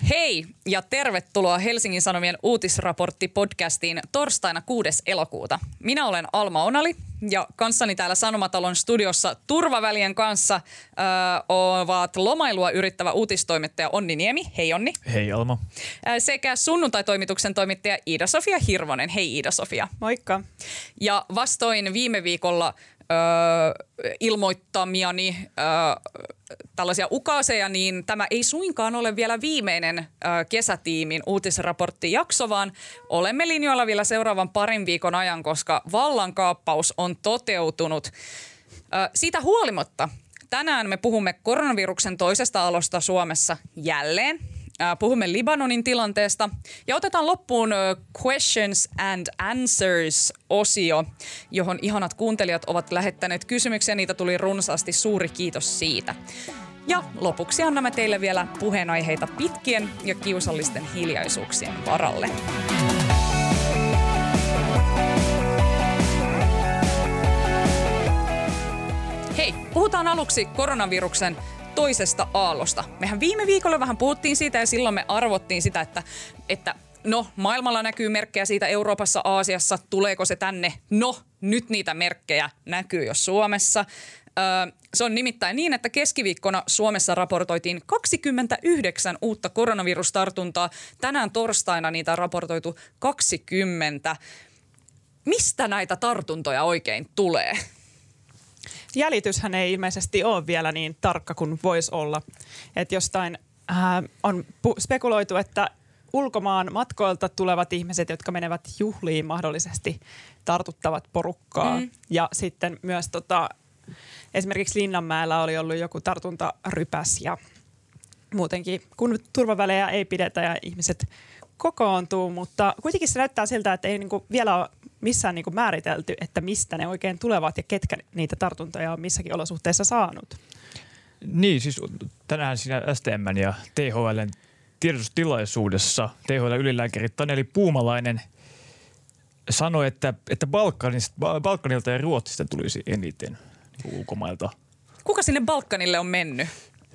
Hei ja tervetuloa Helsingin Sanomien uutisraportti-podcastiin torstaina 6. elokuuta. Minä olen Alma Onali ja kanssani täällä Sanomatalon studiossa turvavälien kanssa ovat lomailua yrittävä uutistoimittaja Onni Niemi. Hei Onni. Hei Alma. Sekä sunnuntai-toimituksen toimittaja Iida-Sofia Hirvonen. Hei Iida-Sofia. Moikka. Ja vastoin viime viikolla ilmoittamiani tällaisia ukaaseja, niin tämä ei suinkaan ole vielä viimeinen kesätiimin uutisraporttijakso, vaan olemme linjoilla vielä seuraavan parin viikon ajan, koska vallankaappaus on toteutunut. Siitä huolimatta tänään me puhumme koronaviruksen toisesta alosta Suomessa jälleen. Puhumme Libanonin tilanteesta ja otetaan loppuun Questions and Answers-osio, johon ihanat kuuntelijat ovat lähettäneet kysymyksiä. Niitä tuli runsaasti. Suuri kiitos siitä. Ja lopuksi annamme teille vielä puheenaiheita pitkien ja kiusallisten hiljaisuuksien varalle. Hei, puhutaan aluksi koronaviruksen toisesta aallosta. Mehän viime viikolla vähän puhuttiin siitä ja silloin me arvottiin sitä, että maailmalla näkyy merkkejä siitä Euroopassa, Aasiassa, tuleeko se tänne? No, nyt niitä merkkejä näkyy jo Suomessa. Se on nimittäin niin, että keskiviikkona Suomessa raportoitiin 29 uutta koronavirustartuntaa. Tänään torstaina niitä on raportoitu 20. Mistä näitä tartuntoja oikein tulee? Jäljityshän ei ilmeisesti ole vielä niin tarkka kuin voisi olla. Että jostain on spekuloitu, että ulkomaan matkoilta tulevat ihmiset, jotka menevät juhliin mahdollisesti tartuttavat porukkaa. Ja sitten myös esimerkiksi Linnanmäellä oli ollut joku tartuntarypäs ja muutenkin, kun turvavälejä ei pidetä ja ihmiset kokoontuu, mutta kuitenkin se näyttää siltä, että ei vielä ole missään määritelty, että mistä ne oikein tulevat ja ketkä niitä tartuntoja on missäkin olosuhteissa saanut. Niin, siis tänään siinä STM:n ja THL:n tiedotustilaisuudessa THL-ylilääkäri Taneli Puumalainen sanoi, että Balkanilta ja Ruotsista tulisi eniten ulkomailta. Kuka sinne Balkanille on mennyt?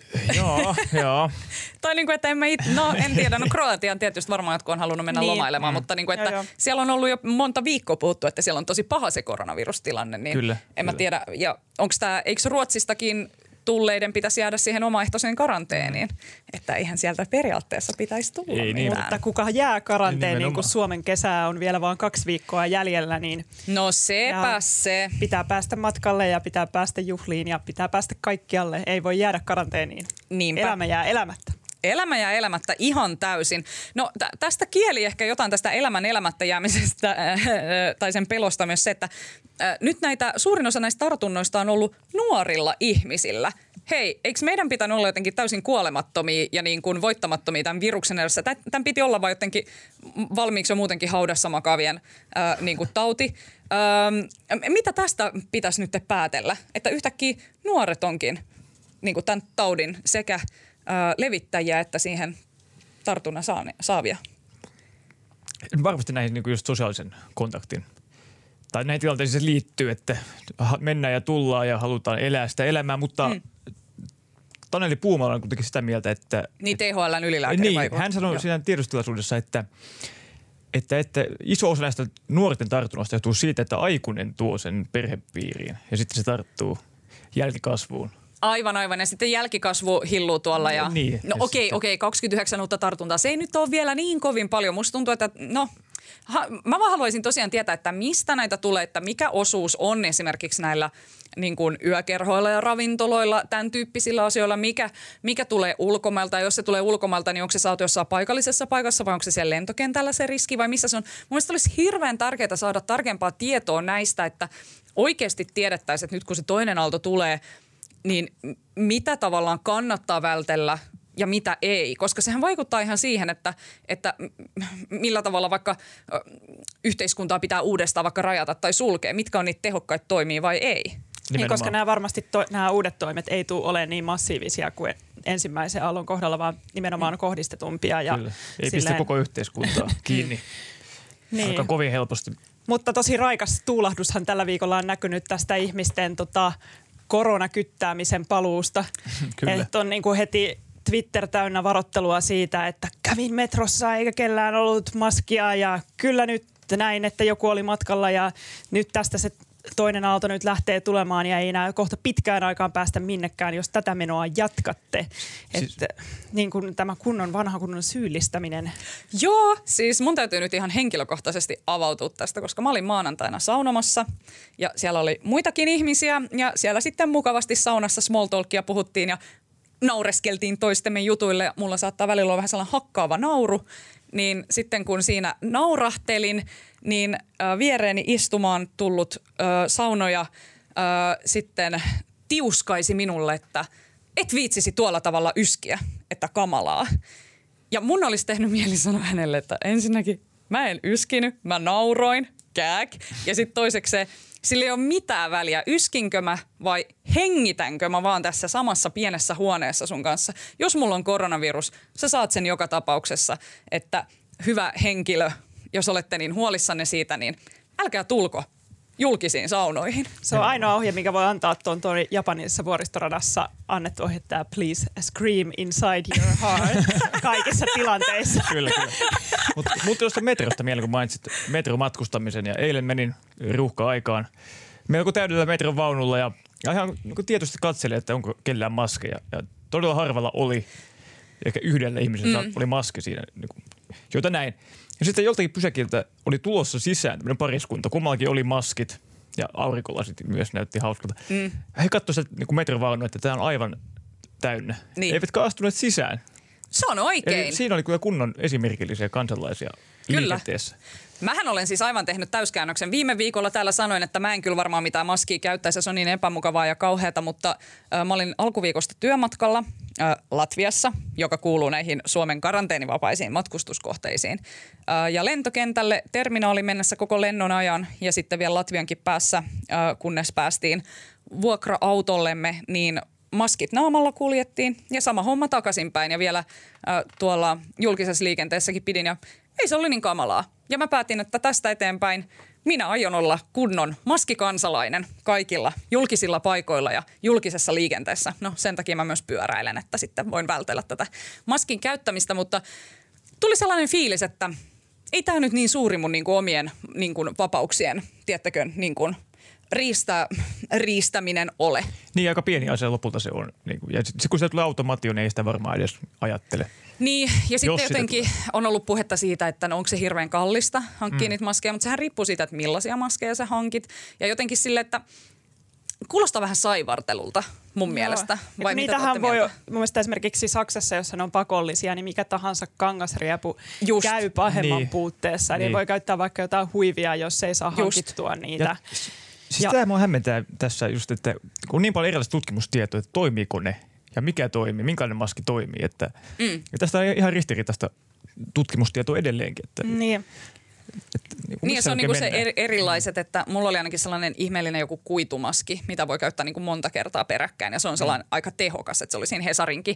Joo. Tai että en tiedä, Kroatia on tietysti varmaan, jotkut on halunnut mennä lomailemaan, mutta että siellä on ollut jo monta viikkoa puhuttu, että siellä on tosi paha se koronavirustilanne, niin kyllä. Mä tiedä. Ja eikö Ruotsistakin tulleiden pitäisi jäädä siihen omaehtoiseen karanteeniin, että eihän sieltä periaatteessa pitäisi tulla mitään. Mutta kuka jää karanteeniin, kun Suomen kesää on vielä vain 2 viikkoa jäljellä, niin no sepä se. Pitää päästä matkalle ja pitää päästä juhliin ja pitää päästä kaikkialle. Ei voi jäädä karanteeniin. Niinpä. Elämä jää elämättä. Elämä jää elämättä ihan täysin. No tästä kieli ehkä jotain tästä elämän elämättä jäämisestä tai sen pelosta myös se, että nyt suurin osa näistä tartunnoista on ollut nuorilla ihmisillä. Hei, eikö meidän pitänyt olla jotenkin täysin kuolemattomia ja niin kuin voittamattomia tämän viruksen edessä? Tämän piti olla vaan jotenkin valmiiksi jo muutenkin haudassa makavien niin kuin tauti. Mitä tästä pitäisi nyt päätellä? Että yhtäkkiä nuoret onkin niin kuin tämän taudin sekä levittäjiä että siihen tartunnan saavia? Varmasti näihin niin kuin just sosiaalisen kontaktin. Tai näihin tilanteisiin se liittyy, että mennään ja tullaan ja halutaan elää sitä elämää, mutta Taneli Puumala on kuitenkin sitä mieltä, että niin THL:n ylilääkäri niin, hän sanoi siinä tiedostustilaisuudessa, että iso osa näistä nuorten tartunnoista johtuu siitä, että aikuinen tuo sen perhepiiriin ja sitten se tarttuu jälkikasvuun. Aivan. Ja sitten jälkikasvu hilluu tuolla. Ja niin, no okei, 29 uutta tartuntaa. Se ei nyt ole vielä niin kovin paljon. Musta tuntuu, että mä vaan haluaisin tosiaan tietää, että mistä näitä tulee, että mikä osuus on esimerkiksi näillä niin kuin yökerhoilla ja ravintoloilla, tämän tyyppisillä asioilla, mikä tulee ulkomailta. Ja jos se tulee ulkomailta, niin onko se saatu jossain paikallisessa paikassa vai onko se siellä lentokentällä se riski vai missä se on? Mun mielestä olisi hirveän tärkeää saada tarkempaa tietoa näistä, että oikeasti tiedettäisiin, että nyt kun se toinen aalto tulee, niin mitä tavallaan kannattaa vältellä ja mitä ei, koska sehän vaikuttaa ihan siihen, että millä tavalla vaikka yhteiskuntaa pitää uudestaan vaikka rajata tai sulkea, mitkä on niitä tehokkaita toimia vai ei. Niin, koska nämä uudet toimet ei tule olemaan niin massiivisia kuin ensimmäisen aallon kohdalla, vaan nimenomaan kohdistetumpia. Ja kyllä, ei pistä koko yhteiskuntaa kiinni aika kovin helposti. Mutta tosi raikas tuulahdushan tällä viikolla on näkynyt tästä ihmisten koronakyttäämisen paluusta. Että on niin kuin heti Twitter täynnä varoittelua siitä, että kävin metrossa eikä kellään ollut maskia ja kyllä nyt näin, että joku oli matkalla ja nyt tästä se toinen aalto nyt lähtee tulemaan ja ei enää kohta pitkään aikaan päästä minnekään, jos tätä menoa jatkatte. Että niin kuin tämä vanha kunnon syyllistäminen. Joo, siis mun täytyy nyt ihan henkilökohtaisesti avautua tästä, koska mä olin maanantaina saunomassa ja siellä oli muitakin ihmisiä ja siellä sitten mukavasti saunassa small talkia puhuttiin ja naureskeltiin toistemme jutuille. Mulla saattaa välillä olla vähän sellainen hakkaava nauru, niin sitten kun siinä naurahtelin, niin viereeni istumaan tullut saunoja sitten tiuskaisi minulle, että et viitsisi tuolla tavalla yskiä, että kamalaa. Ja mun olisi tehnyt mieli sanoa hänelle, että ensinnäkin mä en yskinyt, mä nauroin, kääk. Ja sitten toiseksi sillä ei ole mitään väliä, yskinkö mä vai hengitänkö mä vaan tässä samassa pienessä huoneessa sun kanssa. Jos mulla on koronavirus, sä saat sen joka tapauksessa, että hyvä henkilö, jos olette niin huolissanne siitä, niin älkää tulko julkisiin saunoihin. Se on ainoa ohje, mikä voi antaa tuon Japanissa vuoristoradassa annettu ohje, että please scream inside your heart kaikissa tilanteissa. Kyllä. Mutta tuosta metrosta mieleen, kun mainitsit metromatkustamisen ja eilen menin ruuhka-aikaan melko täydellä metron vaunulla ja ihan niin tietysti katselin, että onko kellään maskeja ja todella harvalla oli. Ehkä yhdellä ihmisellä oli maski siinä, joita näin. Ja sitten joltakin pysäkiltä oli tulossa sisään tämmöinen pariskunta. Kummallakin oli maskit ja aurinkolasit myös näytti hauskalta. He katsoivat niin metrovaunua, että tämä on aivan täynnä. Niin. Eivätkä astuneet sisään. Se on oikein. Eli siinä oli kyllä kunnon esimerkillisiä kansalaisia liikenteessä. Mähän olen siis aivan tehnyt täyskäännöksen. Viime viikolla täällä sanoin, että mä en kyllä varmaan mitään maskia käyttäisi. Se on niin epämukavaa ja kauheata, mutta mä olin alkuviikosta työmatkalla Latviassa, joka kuuluu näihin Suomen karanteenivapaisiin matkustuskohteisiin. Ja lentokentälle terminaali mennessä koko lennon ajan ja sitten vielä Latviankin päässä, kunnes päästiin vuokra-autollemme, niin maskit naamalla kuljettiin ja sama homma takaisinpäin ja vielä tuolla julkisessa liikenteessäkin pidin ja ei se ollut niin kamalaa. Ja mä päätin, että tästä eteenpäin minä aion olla kunnon maskikansalainen kaikilla julkisilla paikoilla ja julkisessa liikenteessä. No sen takia mä myös pyöräilen, että sitten voin vältellä tätä maskin käyttämistä, mutta tuli sellainen fiilis, että ei tämä nyt niin suuri mun niin kuin omien niin kuin vapauksien, tiettäkö, niin kuin riistäminen ole. Niin, aika pieni asia lopulta se on. Ja kun se tulee automaatio, niin ei sitä varmaan edes ajattele. Niin, ja sitten jotenkin on ollut puhetta siitä, että no onko se hirveän kallista hankkia niitä maskeja, mutta sehän riippuu siitä, että millaisia maskeja sä hankit. Ja jotenkin sille, että kuulostaa vähän saivartelulta mun mielestä. Vai niitähän voi, mun mielestä esimerkiksi Saksassa, jossa ne on pakollisia, niin mikä tahansa kangasriepu käy pahemman puutteessa. Eli voi käyttää vaikka jotain huivia, jos ei saa hankittua niitä. Siis tämä mua hämmentää tässä just, että kun on niin paljon erilaista tutkimustietoa, että toimiiko ne ja mikä toimii, minkälainen maski toimii. Että, ja tästä on ihan ristiriitaista tutkimustietoa edelleenkin. Että, niin. Niin ja se on niinku se erilaiset, että mulla oli ainakin sellainen ihmeellinen joku kuitumaski, mitä voi käyttää niinku monta kertaa peräkkäin. Ja se on sellainen aika tehokas, että se oli siinä Hesarinkin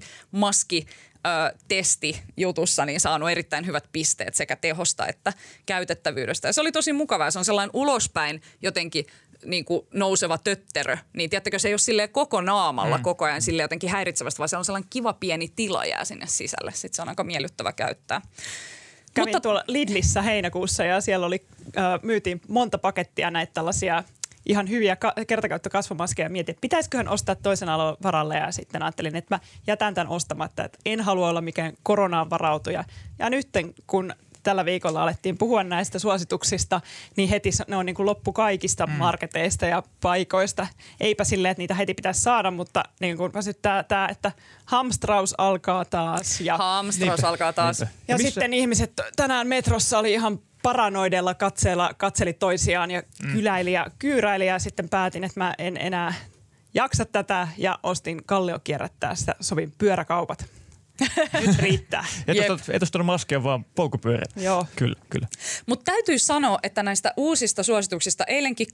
maski-testi-jutussa niin saanut erittäin hyvät pisteet sekä tehosta että käytettävyydestä. Ja se oli tosi mukavaa. Se on sellainen ulospäin jotenkin niin kuin nouseva tötterö, niin tiedättekö, se ei ole silleen koko naamalla koko ajan silleen jotenkin häiritsevästä, vaan se on sellainen kiva pieni tila jää sinne sisälle. Sitten se on aika miellyttävä käyttää. Kävin tuolla Lidlissä heinäkuussa ja siellä oli, myytiin monta pakettia näitä tällaisia ihan hyviä kertakäyttökasvomaskeja ja mietin, että pitäisiköhän ostaa toisen alon varalle ja sitten ajattelin, että mä jätän tämän ostamatta, että en halua olla mikään koronaan varautuja. Ja nyt kun tällä viikolla alettiin puhua näistä suosituksista, niin heti ne on niin kuin loppu kaikista marketeista ja paikoista. Eipä silleen, että niitä heti pitäisi saada, mutta niin kuin väsyttää tämä, että hamstraus alkaa taas. Hamstraus alkaa taas. Ja sitten ihmiset tänään metrossa oli ihan paranoidella katseella, katseli toisiaan ja kyyräili ja sitten päätin, että mä en enää jaksa tätä ja ostin Kalliokierrättäästä, sovin pyöräkaupat. Nyt riittää. Ei tuosta ole maskia, vaan polkupyörät. Joo. Kyllä. Mutta täytyy sanoa, että näistä uusista suosituksista eilenkin,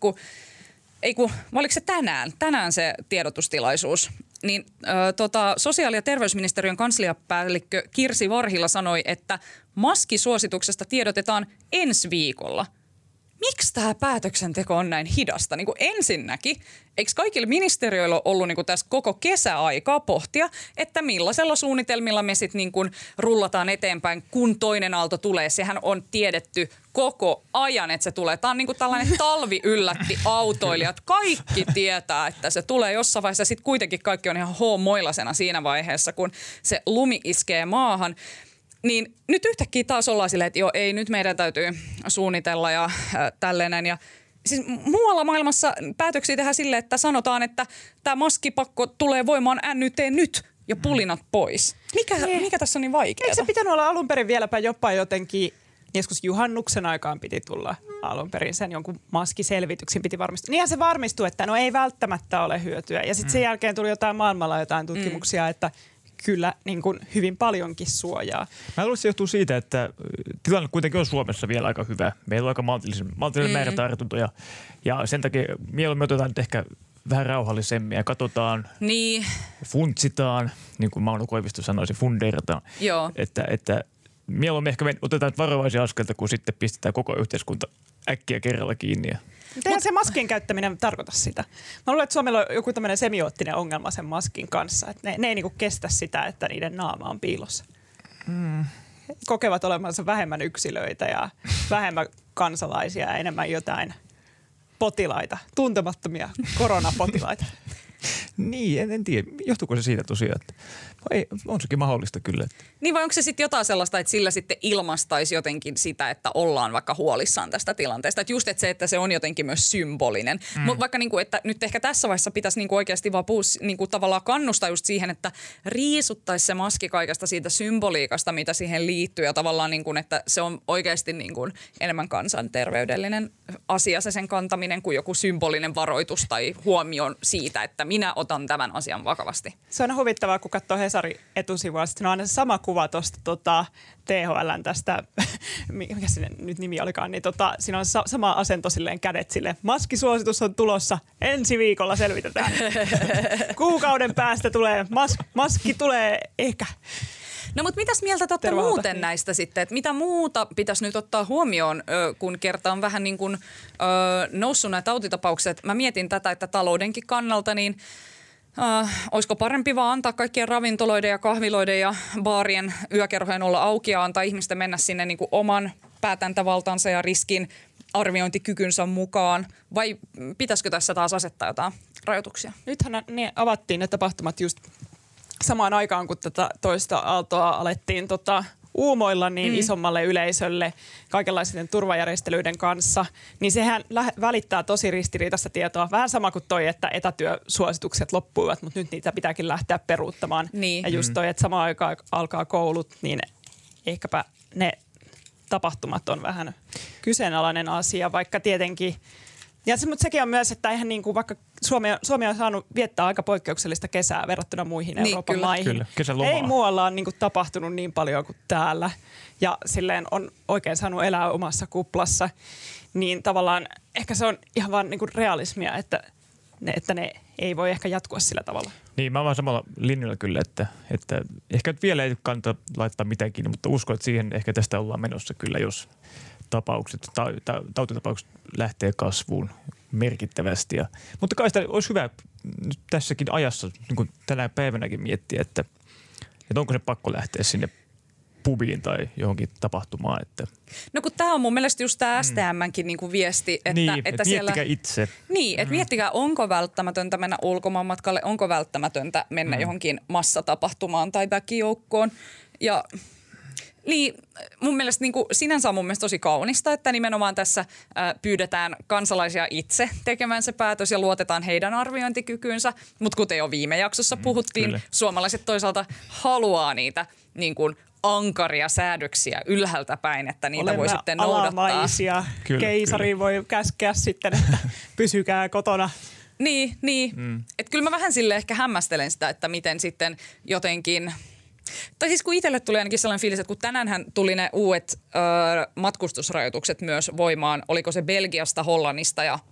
oliko se tänään se tiedotustilaisuus, niin sosiaali- ja terveysministeriön kansliapäällikkö Kirsi Varhila sanoi, että maskisuosituksesta tiedotetaan ensi viikolla. miksi tämä päätöksenteko on näin hidasta? Niin kuin ensinnäkin, eikö kaikilla ministeriöillä ole ollut niin kuin tässä koko kesäaikaa pohtia, että millaisella suunnitelmilla me sitten niin kuin rullataan eteenpäin, kun toinen aalto tulee. Sehän on tiedetty koko ajan, että se tulee. Tämä on niin kuin tällainen talvi yllätti autoilijat. Kaikki tietää, että se tulee jossain vaiheessa. Sitten kuitenkin kaikki on ihan h-moilasena siinä vaiheessa, kun se lumi iskee maahan. Niin nyt yhtäkkiä taas ollaan silleen, että joo, ei, nyt meidän täytyy suunnitella ja tällainen. Ja siis muualla maailmassa päätöksiä tehdään silleen, että sanotaan, että tämä maskipakko tulee voimaan nyt ja pulinat pois. Mikä tässä on niin vaikeaa? Eikö se pitänyt olla alun perin vieläpä jopa jotenkin, joskus juhannuksen aikaan piti tulla alun perin sen jonkun maskiselvityksen piti varmistua. Niinhän se varmistui, että no ei välttämättä ole hyötyä. Ja sitten sen jälkeen tuli maailmalla jotain tutkimuksia, että kyllä niin kuin hyvin paljonkin suojaa. Mä luulen, että se johtuu siitä, että tilanne kuitenkin on Suomessa vielä aika hyvä. Meillä on aika maltillinen määrä tartuntoja ja sen takia mieluummin otetaan nyt ehkä vähän rauhallisemmin ja katsotaan, funtsitaan, niin kuin Mauno Koivisto sanoisi, fundeerataan. Joo. Että mieluummin ehkä me otetaan varovaisia askelta, kun sitten pistetään koko yhteiskunta äkkiä kerralla kiinni. Mutta se maskin käyttäminen tarkoita sitä. Mä luulen, että Suomella on joku tämmöinen semioottinen ongelma sen maskin kanssa. Että ne ei niinku kestä sitä, että niiden naama on piilossa. Kokevat olevansa vähemmän yksilöitä ja vähemmän kansalaisia ja enemmän jotain potilaita, tuntemattomia koronapotilaita. Niin, en tiedä. Johtuuko se siitä tosiaan, että on sekin mahdollista kyllä. Niin vai onko se sitten jotain sellaista, että sillä sitten ilmastaisi jotenkin sitä, että ollaan vaikka huolissaan tästä tilanteesta. Että just että se on jotenkin myös symbolinen. Mutta vaikka niinku, että nyt ehkä tässä vaiheessa pitäisi niinku oikeasti vaan niinku tavallaan kannustaa just siihen, että riisuttaisi se maski kaikesta siitä symboliikasta, mitä siihen liittyy. Ja tavallaan niinku, että se on oikeasti niinku enemmän kansanterveydellinen asia se sen kantaminen kuin joku symbolinen varoitus tai huomio siitä, että minä otan tämän asian vakavasti. Se on huvittavaa, kun katsoo Hesari etusivua. Sitten on aina se sama kuva tuosta THL:n tästä, mikä sinne nyt nimi olikaan, niin siinä on sama asento silleen, kädet silleen. Maskisuositus on tulossa, ensi viikolla selvitetään. Kuukauden päästä tulee, maski tulee ehkä. No mutta mitäs mieltä te olette muuten näistä sitten? Että mitä muuta pitäisi nyt ottaa huomioon, kun kerta on vähän niin kuin noussut nämä tautitapaukset? Mä mietin tätä, että taloudenkin kannalta niin olisiko parempi vaan antaa kaikkien ravintoloiden ja kahviloiden ja baarien yökerhojen olla auki ja antaa ihmisten mennä sinne niin kuin oman päätäntävaltansa ja riskin arviointikykynsä mukaan? Vai pitäisikö tässä taas asettaa jotain rajoituksia? Nythän ne avattiin ne tapahtumat just samaan aikaan, kun tätä toista aaltoa alettiin uumoilla niin isommalle yleisölle kaikenlaisten turvajärjestelyiden kanssa, niin sehän välittää tosi ristiriitaista tietoa. Vähän sama kuin toi, että etätyösuositukset loppuivat, mutta nyt niitä pitääkin lähteä peruuttamaan. Niin. Ja just toi, että samaan aikaan alkaa koulut, niin ehkäpä ne tapahtumat on vähän kyseenalainen asia, vaikka tietenkin. Ja mutta sekin on myös, että eihän niin kuin vaikka Suomi on saanut viettää aika poikkeuksellista kesää verrattuna muihin Euroopan maihin. Kyllä, kesälomaa. Ei muualla ole niin kuin tapahtunut niin paljon kuin täällä. Ja silleen on oikein saanut elää omassa kuplassa. Niin tavallaan ehkä se on ihan vaan niin kuin realismia, että ne ei voi ehkä jatkua sillä tavalla. Niin, mä oon vaan samalla linjalla kyllä, että ehkä nyt vielä ei kannata laittaa mitäänkin, mutta uskon, että siihen ehkä tästä ollaan menossa kyllä, jos tautitapaukset lähtee kasvuun merkittävästi. Mutta kai sitä olisi hyvä nyt tässäkin ajassa, niin kuin tänä päivänäkin miettiä, että onko se pakko lähteä sinne pubiin tai johonkin tapahtumaan. Että. No kun tämä on mun mielestä just tämä STM:nkin niinku viesti, että, niin, että miettikää itse. Niin, että miettikää, onko välttämätöntä mennä ulkomaanmatkalle, onko välttämätöntä mennä johonkin massatapahtumaan tai väkijoukkoon. Ja niin, mun mielestä niin kuin sinänsä on mun mielestä tosi kaunista, että nimenomaan tässä pyydetään kansalaisia itse tekemään se päätös ja luotetaan heidän arviointikykyynsä. Mutta kuten jo viime jaksossa puhuttiin, kyllä. Suomalaiset toisaalta haluaa niitä niin kuin ankaria säädöksiä ylhäältä päin, että niitä voi sitten noudattaa. Alamaisia. Keisari voi käskeä sitten, että pysykää kotona. Niin. Että kyllä mä vähän sille ehkä hämmästelen sitä, että miten sitten jotenkin. Tai siis kun itselle tuli ainakin sellainen fiilis, että kun tänäänhän tuli ne uudet matkustusrajoitukset myös voimaan, oliko se Belgiasta, Hollannista ja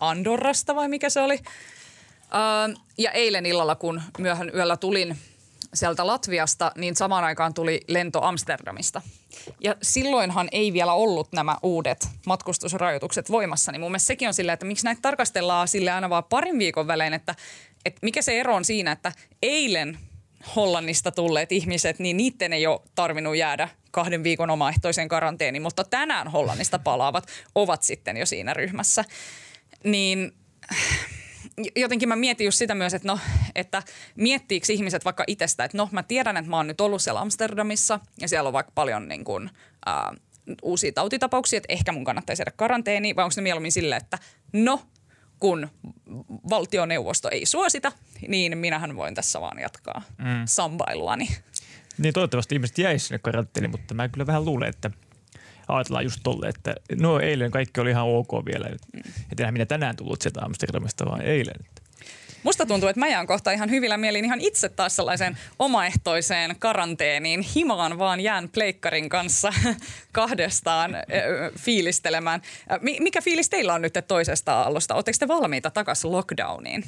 Andorrasta vai mikä se oli. Ja eilen illalla, kun myöhään yöllä tulin sieltä Latviasta, niin samaan aikaan tuli lento Amsterdamista. Ja silloinhan ei vielä ollut nämä uudet matkustusrajoitukset voimassa, niin mun mielestä sekin on silleen, että miksi näitä tarkastellaan sille aina vaan parin viikon välein, että mikä se ero on siinä, että eilen Hollannista tulleet ihmiset, niin niiden ei ole tarvinnut jäädä 2 viikon omaehtoiseen karanteeniin, mutta tänään Hollannista palaavat ovat sitten jo siinä ryhmässä. Niin jotenkin mä mietin just sitä myös, että miettiikö ihmiset vaikka itsestä, että mä tiedän, että mä oon nyt ollut siellä Amsterdamissa ja siellä on vaikka paljon niin kuin, uusia tautitapauksia, että ehkä mun kannattaisi jäädä karanteeniin, vai onko ne mieluummin silleen, että kun valtioneuvosto ei suosita, niin minähän voin tässä vaan jatkaa sambailuani. Niin toivottavasti ihmiset jäisi sinne karanteeniin, mutta mä kyllä vähän luulen, että ajatellaan just tolle, että eilen kaikki oli ihan ok vielä. Että enhän minä tänään tullut sieltä Amsterdamista, vaan eilen. Musta tuntuu, että mä jään kohta ihan hyvillä mielin ihan itse taas sellaiseen omaehtoiseen karanteeniin. Himaan vaan jään pleikkarin kanssa kahdestaan fiilistelemään. Mikä fiilis teillä on nyt toisesta aallosta? Oletteko te valmiita takaisin lockdowniin?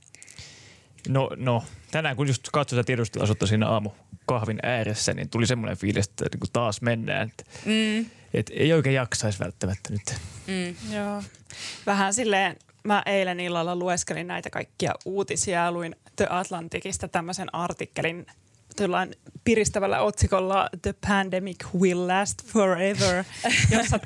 No, tänään kun just katsotaan tiedostilaisuutta siinä aamukahvin ääressä, niin tuli semmoinen fiilis, että niin kuin taas mennään. Että ei oikein jaksaisi välttämättä nyt. Joo. Vähän silleen, mä eilen illalla lueskelin näitä kaikkia uutisia ja luin The Atlanticista tämmöisen artikkelin jollain piristävällä otsikolla The Pandemic Will Last Forever, jossa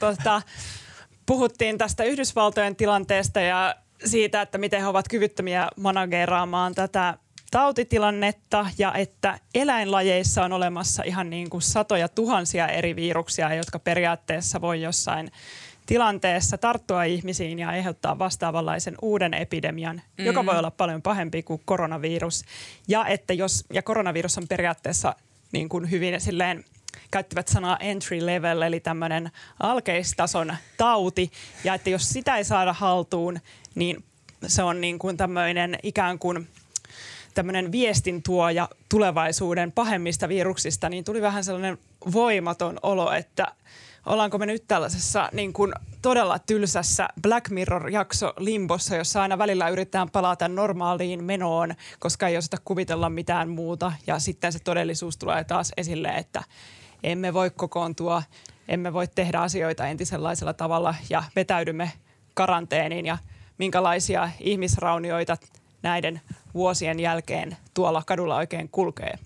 puhuttiin tästä Yhdysvaltojen tilanteesta ja siitä, että miten he ovat kyvyttömiä manageraamaan tätä tautitilannetta ja että eläinlajeissa on olemassa ihan niin kuin satoja tuhansia eri viruksia, jotka periaatteessa voi jossain tilanteessa tarttua ihmisiin ja aiheuttaa vastaavanlaisen uuden epidemian, joka voi olla paljon pahempi kuin koronavirus. Ja että ja koronavirus on periaatteessa niin kuin hyvin silleen, käyttivät sanaa entry level, eli tämmöinen alkeistason tauti. Ja että jos sitä ei saada haltuun, niin se on niin kuin tämmöinen ikään kuin tämmöinen viestintuoja tulevaisuuden pahemmista viruksista, niin tuli vähän sellainen voimaton olo, että ollaanko me nyt tällaisessa niin kuin todella tylsässä Black Mirror-jakso limbossa, jossa aina välillä yritetään palata normaaliin menoon, koska ei osata kuvitella mitään muuta. Ja sitten se todellisuus tulee taas esille, että emme voi kokoontua, emme voi tehdä asioita entisenlaisella tavalla ja vetäydymme karanteeniin. Ja minkälaisia ihmisraunioita näiden vuosien jälkeen tuolla kadulla oikein kulkee.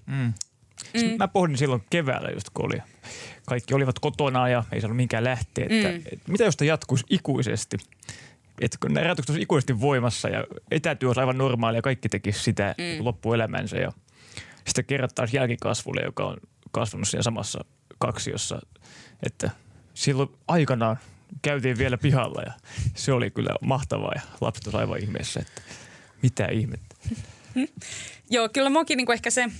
Mä pohdin silloin keväällä just, kun kaikki olivat kotona ja ei saanut minkään lähteä, että mitä jos tämä jatkuisi ikuisesti? Että kun nämä rajoitukset olisi ikuisesti voimassa ja etätyö olisi aivan normaalia ja kaikki tekisi sitä loppuelämänsä ja sitä kerrottaisiin jälkikasvulle, joka on kasvanut siinä samassa kaksiossa, että silloin aikanaan käytiin vielä pihalla ja se oli kyllä mahtavaa ja lapset olisivat aivan ihmeessä, että mitä ihmettä. Joo, kyllä muakin niin kuin ehkä se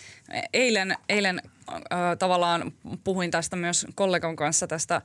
eilen tavallaan puhuin tästä myös kollegan kanssa tästä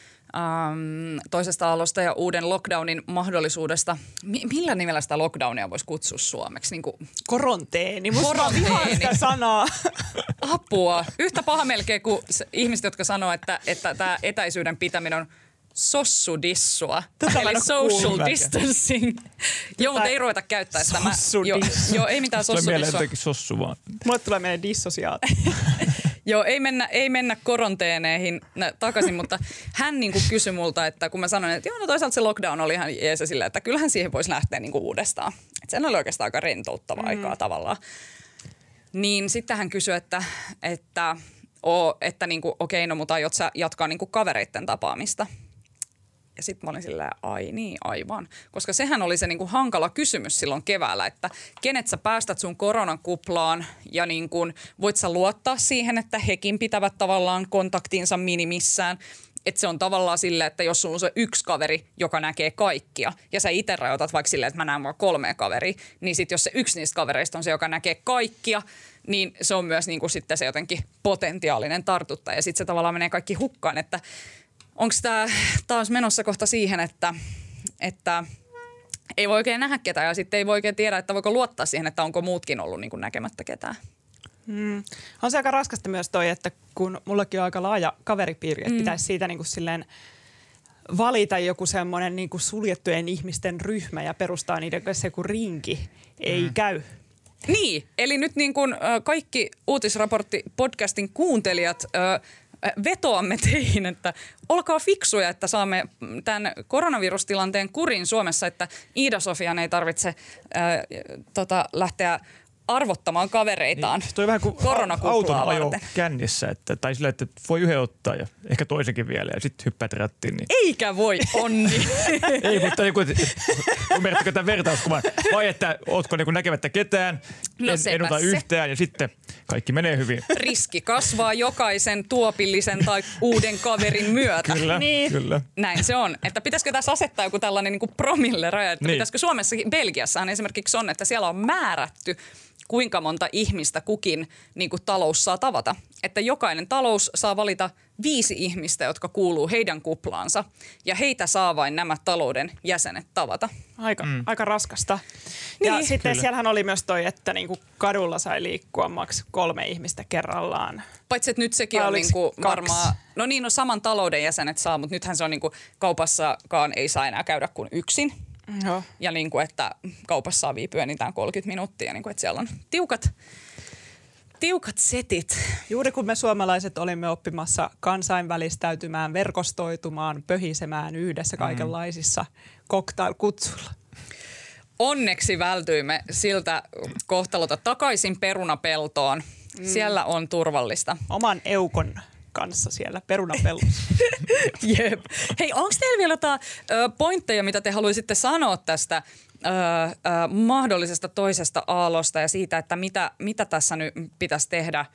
toisesta aallosta ja uuden lockdownin mahdollisuudesta. Millä nimellä sitä lockdownia voisi kutsua suomeksi? Niin kuin Koronteeni. Musta vihaan sitä sanaa. Apua. Yhtä paha melkein kuin ihmiset, jotka sanoo, että tämä etäisyyden pitäminen on sossudissua. Eli social distancing. Joo, mutta ei ruveta käyttää sitä. Joo, ei mitään sossudissua. Tulee mieleen jotenkin sossu vaan. Mulle tulee mieleen dissosiaatio. Joo, ei mennä koronteeneihin takaisin, mutta hän niin kuin kysyi multa, että kun mä sanoin, että joo, no toisaalta se lockdown oli ihan jees silleen, että kyllähän siihen voisi lähteä niin kuin uudestaan. Että sen oli oikeastaan aika rentouttava aikaa tavallaan. Niin sitten hän kysyi, että niin kuin, okei, no mutta aiot sä jatkaa niin kuin kavereitten tapaamista. Ja sitten mä olin silleen, ai niin, aivan. Koska sehän oli se niinku hankala kysymys silloin keväällä, että kenet sä päästät sun koronan kuplaan ja niin kun, voit sä luottaa siihen, että hekin pitävät tavallaan kontaktinsa minimissään. Että se on tavallaan silleen, että jos sulla on se yksi kaveri, joka näkee kaikkia ja sä itse rajoitat vaikka silleen, että mä näen vaan 3 kaveria, niin sitten jos se yksi niistä kavereista on se, joka näkee kaikkia, niin se on myös niinku sitten se jotenkin potentiaalinen tartuttaja. Ja sitten se tavallaan menee kaikki hukkaan, että onko tämä taas menossa kohta siihen, että ei voi oikein nähdä ketään ja sitten ei voi oikein tiedä, että voiko luottaa siihen, että onko muutkin ollut niin kuin näkemättä ketään. On se aika raskasta myös toi, että kun mullakin on aika laaja kaveripiiri, että pitäisi siitä niin kuin silleen valita joku semmoinen niin kuin suljettujen ihmisten ryhmä ja perustaa niiden kanssa joku rinki. Ei käy. Niin, eli nyt niin kuin kaikki Uutisraportti-podcastin kuuntelijat vetoamme teihin, että olkaa fiksuja, että saamme tämän koronavirustilanteen kurin Suomessa, että Iida-Sofian ei tarvitse lähteä arvottamaan kavereitaan niin, toi vähän kuin auton ajo varten. kännissä, tai sillä, että voi yhden ottaa ja ehkä toisenkin vielä ja sitten hyppäät rattiin. Niin. Eikä voi, Onni. Ei, mutta ymmärrättekö tämän vertauskuvan? Vai että ootko niin näkemättä ketään, en ota yhtään ja sitten kaikki menee hyvin. Riski kasvaa jokaisen tuopillisen tai uuden kaverin myötä. Kyllä, niin. Kyllä. Näin se on. Että pitäisikö tässä asettaa joku tällainen niin kuin promille-raja, että pitäisikö Suomessakin, Belgiassahan esimerkiksi on, että siellä on määrätty, kuinka monta ihmistä kukin niin kuin talous saa tavata. Että jokainen talous saa valita 5 ihmistä, jotka kuuluu heidän kuplaansa. Ja heitä saa vain nämä talouden jäsenet tavata. Aika raskasta. Niin. Ja sitten siellähän oli myös toi, että niinku kadulla sai liikkua maks 3 ihmistä kerrallaan. Paitsi, että nyt sekin on niinku varmaan, saman talouden jäsenet saa, mutta nythän se on niinku kaupassakaan ei saa enää käydä kuin yksin. Joo. Ja niinku, että kaupassa saa viipyä enintään 30 minuuttia, niinku, että siellä on tiukat setit. Juuri kun me suomalaiset olimme oppimassa kansainvälistäytymään, verkostoitumaan, pöhisemään yhdessä kaikenlaisissa cocktail-kutsuilla. Onneksi vältyimme siltä kohtalolta takaisin perunapeltoon. Siellä on turvallista. Oman eukon kanssa siellä perunapellossa. Jep. Hei, onko teillä vielä jotain pointteja, mitä te haluaisitte sanoa tästä mahdollisesta toisesta aallosta ja siitä, että mitä tässä nyt pitäisi tehdä?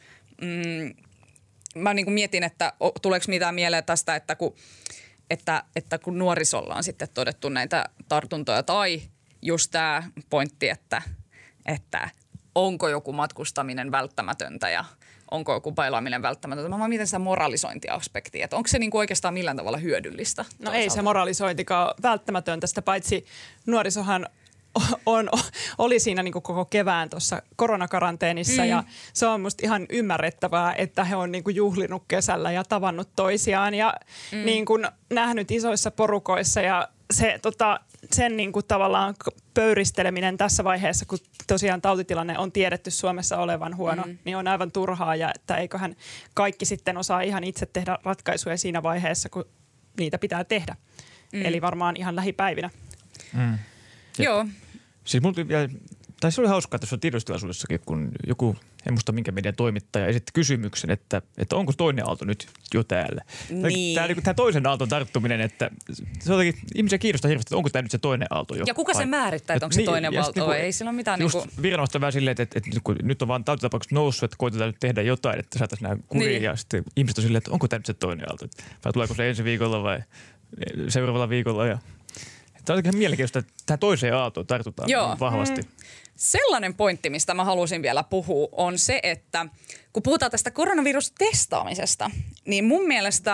Mä niin kuin mietin, että tuleeko mitään mieleen tästä, että kun nuorisolla on sitten todettu näitä tartuntoja tai just tämä pointti, että onko joku matkustaminen välttämätöntä ja onko joku bailaaminen välttämätöntä. Mä mietin sitä moralisointiaspektia, että onko se niinku oikeastaan millään tavalla hyödyllistä? No toisaalta. Ei se moralisointikaan välttämätöntä, sitä paitsi nuorisohan oli siinä niinku koko kevään tuossa koronakaranteenissa ja se on musta ihan ymmärrettävää, että he on niinku juhlinut kesällä ja tavannut toisiaan ja niinku nähnyt isoissa porukoissa ja se sen niinku tavallaan pöyristeleminen tässä vaiheessa, kun tosiaan tautitilanne on tiedetty Suomessa olevan huono, niin on aivan turhaa ja että eiköhän kaikki sitten osaa ihan itse tehdä ratkaisuja siinä vaiheessa, kun niitä pitää tehdä. Eli varmaan ihan lähipäivinä. Joo. Siis se oli hauskaa tässä tiedostustilaisuudessakin, kun joku, en muista minkä median toimittaja, esitti kysymyksen, että onko toinen aalto nyt jo täällä. Niin. Tämä toisen aallon tarttuminen, että se jotenkin ihmisiä kiinnostaa hirveästi, että onko tämä nyt se toinen aalto jo. Ja kuka se määrittää, että onko se toinen aalto vai ei sillä ole mitään. Just viranomaiset on vähän silleen, että nyt on vaan tautitapaukset noussut, että koitetaan nyt tehdä jotain, että saataisiin nämä kuriin ja sitten ihmiset on silleen, että onko tämä nyt se toinen aalto. Vai tuleeko se ensi viikolla vai seuraavalla viikolla ja... Tämä on ihan mielenkiintoista, että tähän toiseen aaltoon tartutaan vahvasti. Sellainen pointti, mistä mä halusin vielä puhua, on se, että kun puhutaan tästä koronavirustestaamisesta, niin mun mielestä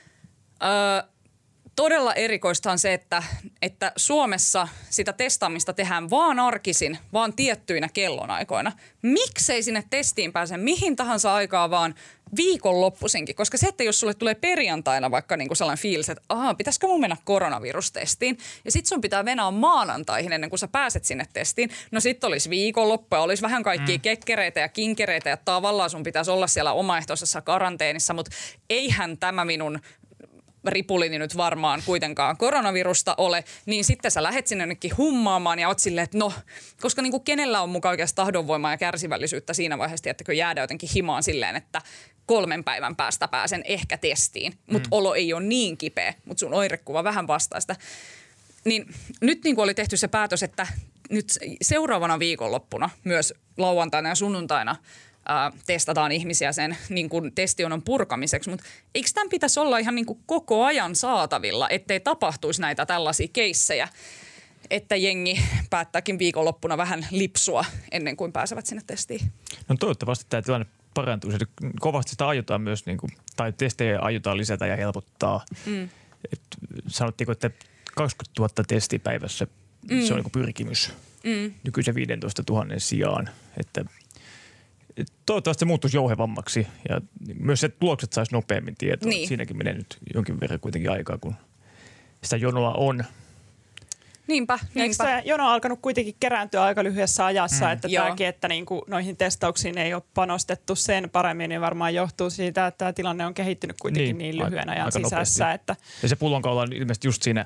todella erikoista on se, että Suomessa sitä testaamista tehdään vaan arkisin, vaan tiettyinä kellonaikoina. Miksei sinne testiin pääse mihin tahansa aikaa vaan viikonloppuisinkin? Koska se, että jos sulle tulee perjantaina vaikka niinku sellainen fiilis, että pitäisikö mun mennä koronavirustestiin? Ja sit sun pitää venää maanantaihin ennen kuin sä pääset sinne testiin. No sit olisi viikonloppu ja olisi vähän kaikkia kekkereitä ja kinkereitä ja tavallaan sun pitäisi olla siellä omaehtoisessa karanteenissa, mutta eihän tämä minun ripulini nyt varmaan kuitenkaan koronavirusta ole, niin sitten sä lähet sinne jonnekin hummaamaan ja oot silleen, että koska niinku kenellä on mukaan oikeastaan tahdonvoimaa ja kärsivällisyyttä siinä vaiheessa, että jäädä jotenkin himaan silleen, että 3 päivän päästä pääsen ehkä testiin, mutta olo ei ole niin kipeä, mutta sun oirekuva vähän vastaista. Niin nyt niin kuin oli tehty se päätös, että nyt seuraavana viikonloppuna myös lauantaina ja sunnuntaina testataan ihmisiä sen niin kuin testionon purkamiseksi, mutta eikö tämän pitäisi olla ihan niin kuin koko ajan saatavilla, ettei tapahtuisi näitä tällaisia keissejä, että jengi päättääkin viikonloppuna vähän lipsua ennen kuin pääsevät sinne testiin? No toivottavasti tämä tilanne parantuu. Kovasti sitä aiotaan myös, niin kuin, tai testejä aiotaan lisätä ja helpottaa. Sanottiinko, että 20 000 testiä päivässä, se on niin kuin pyrkimys nykyisen 15 000 sijaan, että toivottavasti se muuttuisi jouhevammaksi ja myös se tulokset saisi nopeammin tietoa. Niin. Siinäkin menee nyt jonkin verran kuitenkin aikaa, kun sitä jonoa on. Niinpä. Eikö se jono on alkanut kuitenkin kerääntyä aika lyhyessä ajassa, että Joo. tämäkin, että niinku noihin testauksiin ei ole panostettu sen paremmin, niin varmaan johtuu siitä, että tämä tilanne on kehittynyt kuitenkin niin lyhyen ajan aika sisässä. Että Ja se pullonkaula on ilmeisesti just siinä,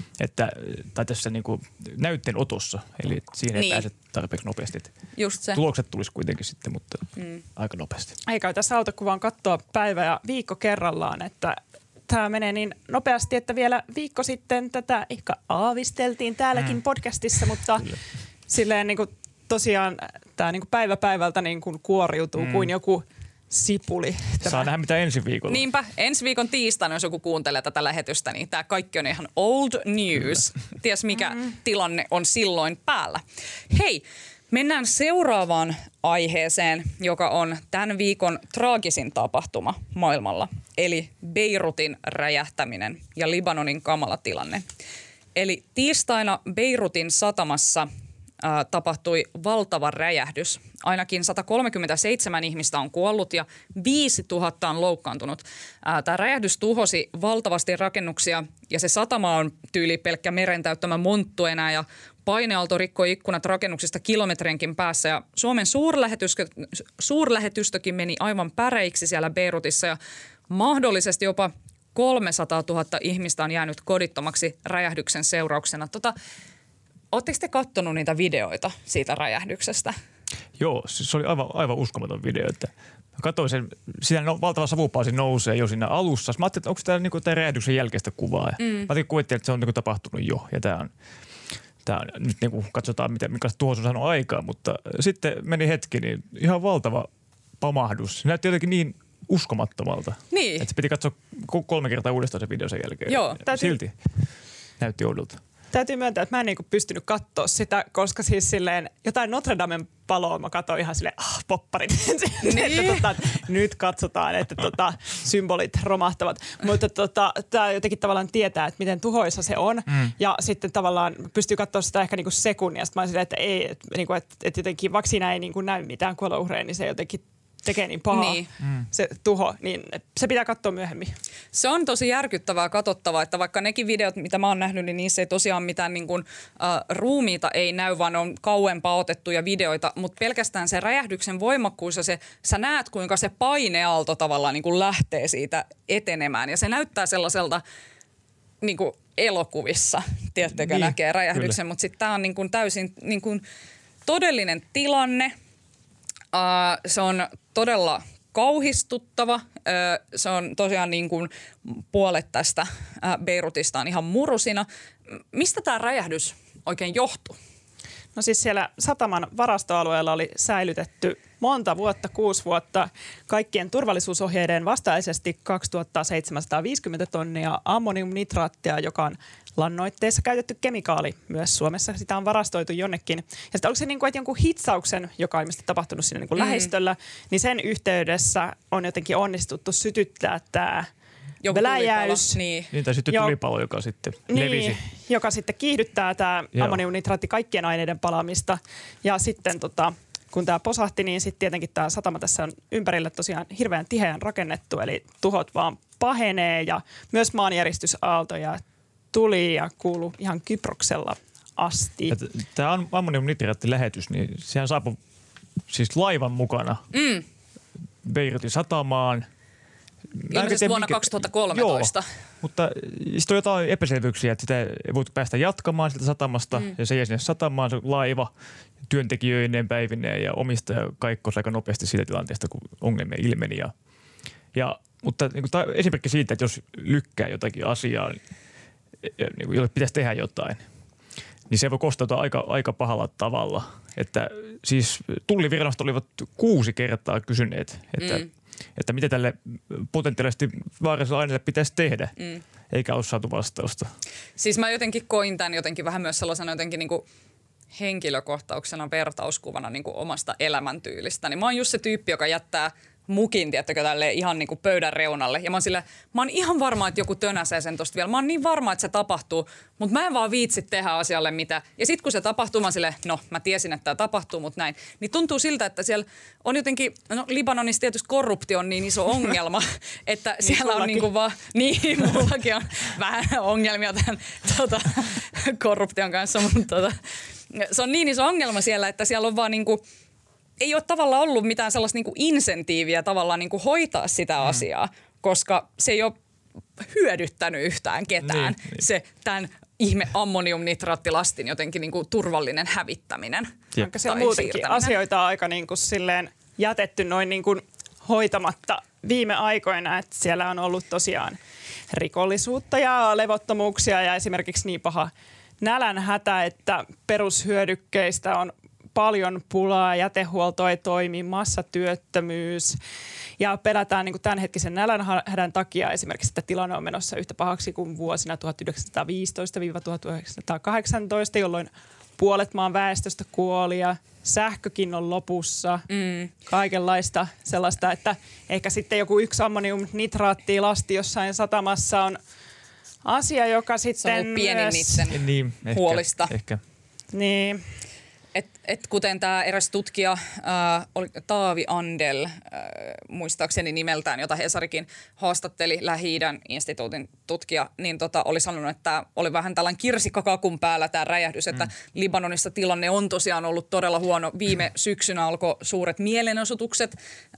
tai tässä niinku näytteen otossa, eli siihen ei pääse tarpeeksi nopeasti. Just se. Tulokset tulisi kuitenkin sitten, mutta aika nopeasti. eikä tässä auta kuin vaan katsoa päivä ja viikko kerrallaan, että tämä menee niin nopeasti, että vielä viikko sitten tätä ehkä aavisteltiin täälläkin podcastissa, mutta silleen niin kuin tosiaan tämä niin kuin päivä päivältä niin kuin kuoriutuu kuin joku sipuli. Saa nähdä mitä ensi viikolla. Niinpä, ensi viikon tiistaina, jos joku kuuntelee tätä lähetystä, niin tämä kaikki on ihan old news. Ties mikä tilanne on silloin päällä. Hei, mennään seuraavaan aiheeseen, joka on tämän viikon traagisin tapahtuma maailmalla. Eli Beirutin räjähtäminen ja Libanonin kamala tilanne. Eli tiistaina Beirutin satamassa tapahtui valtava räjähdys. Ainakin 137 ihmistä on kuollut ja 5000 on loukkaantunut. Tämä räjähdys tuhosi valtavasti rakennuksia ja se satama on tyyli pelkkä meren täyttämä monttu enää ja paineaalto rikkoi ikkunat rakennuksista kilometrienkin päässä ja Suomen suurlähetystökin meni aivan päreiksi siellä Beirutissa ja mahdollisesti jopa 300 000 ihmistä on jäänyt kodittomaksi räjähdyksen seurauksena. Oletteko te katsonut niitä videoita siitä räjähdyksestä? Joo, siis se oli aivan uskomaton video. Että mä katsoin sen, siinä valtava savupaasi nousee jo siinä alussa. Mä ajattelin, että onko tämä niinku räjähdyksen jälkeistä kuvaa. Mä kuvittelin, että se on niinku tapahtunut jo ja tämä on nyt niinku katsotaan, minkälaista tuhoa on saanut aikaa, mutta sitten meni hetki, niin ihan valtava pamahdus. Se näytti jotenkin niin uskomattomalta, Niin. että se piti katsoa 3 kertaa uudestaan se video sen jälkeen. Joo. Silti näytti oudolta. Täytyy myöntää, että mä en niinku pystynyt katsoa sitä, koska siis silleen jotain Notre Damen paloa mä katsoin ihan silleen, popparit. Niin. että nyt katsotaan, että symbolit romahtavat. Mutta tämä jotenkin tavallaan tietää, että miten tuhoisa se on. Ja sitten tavallaan pystyy katsoa sitä ehkä niinku sekunnia. Sitten mä olin silleen, että ei, että jotenkin vaikka siinä ei niinku näy mitään kuolouhreja, niin se jotenkin tekee niin pahaa se tuho, niin se pitää katsoa myöhemmin. Se on tosi järkyttävää katsottavaa, että vaikka nekin videot, mitä mä oon nähnyt, niin niissä ei tosiaan mitään niin kuin, ruumiita ei näy, vaan on kauempaa otettuja videoita, mutta pelkästään se räjähdyksen voimakkuus ja sä näet, kuinka se paineaalto tavallaan niin kuin lähtee siitä etenemään ja se näyttää sellaiselta niin kuin elokuvissa, tiedättekö, Niin, näkee räjähdyksen, kyllä. mutta sitten tämä on niin kuin täysin niin kuin todellinen tilanne. Se on todella kauhistuttava. Se on tosiaan niin kuin puolet tästä Beirutista on ihan murusina. Mistä tämä räjähdys oikein johtuu? No siis siellä sataman varastoalueella oli säilytetty monta vuotta, 6 vuotta, kaikkien turvallisuusohjeiden vastaisesti 2750 tonnia ammoniumnitraattia, joka on lannoitteessa käytetty kemikaali myös Suomessa. Sitä on varastoitu jonnekin. Ja sitten onko se niin kuin, että jonkun hitsauksen, joka on ilmeisesti tapahtunut siinä niin kuin lähistöllä, niin sen yhteydessä on jotenkin onnistuttu sytyttää tämä läjäys. Niin. Niin, tai sitten tulipalo, joka sitten levisi. Joka sitten kiihdyttää tämä ammoniumnitraatti kaikkien aineiden palamista. Ja sitten kun tämä posahti, niin sitten tietenkin tämä satama tässä on ympärillä tosiaan hirveän tiheään rakennettu, eli tuhot vaan pahenee ja myös maanjäristysaaltoja tuli ja kuului ihan Kyproksella asti. Tämä ammoniumnitraattilähetys, niin sehän saapui siis laivan mukana Beirutin satamaan. Ilmeisesti vuonna 2013. Joo, mutta sitten on jotain epäselvyyksiä, että sitä ei voitu päästä jatkamaan sieltä satamasta ja se jäi sinne satamaan, se laiva työntekijöineen päivineen ja omistaja kaikkosi aika nopeasti siitä tilanteesta, kun ongelmia ilmeni. Mutta niin kuin, esimerkki siitä, että jos lykkää jotakin asiaa, niin jolle pitäisi tehdä jotain, niin se voi kostautua aika pahalla tavalla. Että siis tulliviranomaiset olivat 6 kertaa kysyneet, että mitä tälle potentiaalisesti vaaralliselle aineelle pitäisi tehdä, eikä ole saatu vastausta. Siis mä jotenkin koin tämän jotenkin vähän myös sellaisena jotenkin niin kuin henkilökohtauksena, vertauskuvana niin kuin omasta elämäntyylistä. Niin mä oon just se tyyppi, joka jättää mukin, tiettäkö, tälleen ihan niin kuin pöydän reunalle. Ja mä oon ihan varma, että joku tönäsee sen tosta vielä. Mä oon niin varma, että se tapahtuu, mutta mä en vaan viitsi tehdä asialle mitä. Ja sit kun se tapahtuu, mä silleen, no mä tiesin, että tämä tapahtuu, mutta näin. Niin tuntuu siltä, että siellä on jotenkin, no Libanonissa tietysti korruptio on niin iso ongelma, että siellä on niin kuin vaan, niin mullakin on vähän ongelmia tämän korruption kanssa, mutta se on niin iso ongelma siellä, että siellä on vaan niinku, ei ole tavallaan ollut mitään sellaista niinku insentiiviä tavallaan niinku hoitaa sitä asiaa, koska se ei ole hyödyttänyt yhtään ketään. Niin. Se tämän ihme ammoniumnitraattilastin jotenkin niinku turvallinen hävittäminen. Onko siellä muutenkin asioita aika niin kuin silleen jätetty noin niin kuin hoitamatta viime aikoina, että siellä on ollut tosiaan rikollisuutta ja levottomuuksia ja esimerkiksi niin paha nälänhätä, että perushyödykkeistä on paljon pulaa, jätehuolto ei toimi, massatyöttömyys ja pelätään niin kuin tämänhetkisen nälänhädän takia esimerkiksi, että tilanne on menossa yhtä pahaksi kuin vuosina 1915-1918, jolloin puolet maan väestöstä kuoli ja sähkökin on lopussa. Kaikenlaista sellaista, että ehkä sitten joku yksi ammoniumnitraattilasti jossain satamassa on asia, joka sitten se on pieni niitten Niin, huolista. Ehkä. Niin. Et kuten tämä eräs tutkija, Taavi Andel, muistaakseni nimeltään, jota Hesarikin haastatteli, Lähi-idän instituutin tutkija, niin oli sanonut, että oli vähän tällainen kirsikkakakun päällä tämä räjähdys, että Libanonissa tilanne on tosiaan ollut todella huono. Viime syksynä alkoi suuret mielenosoitukset.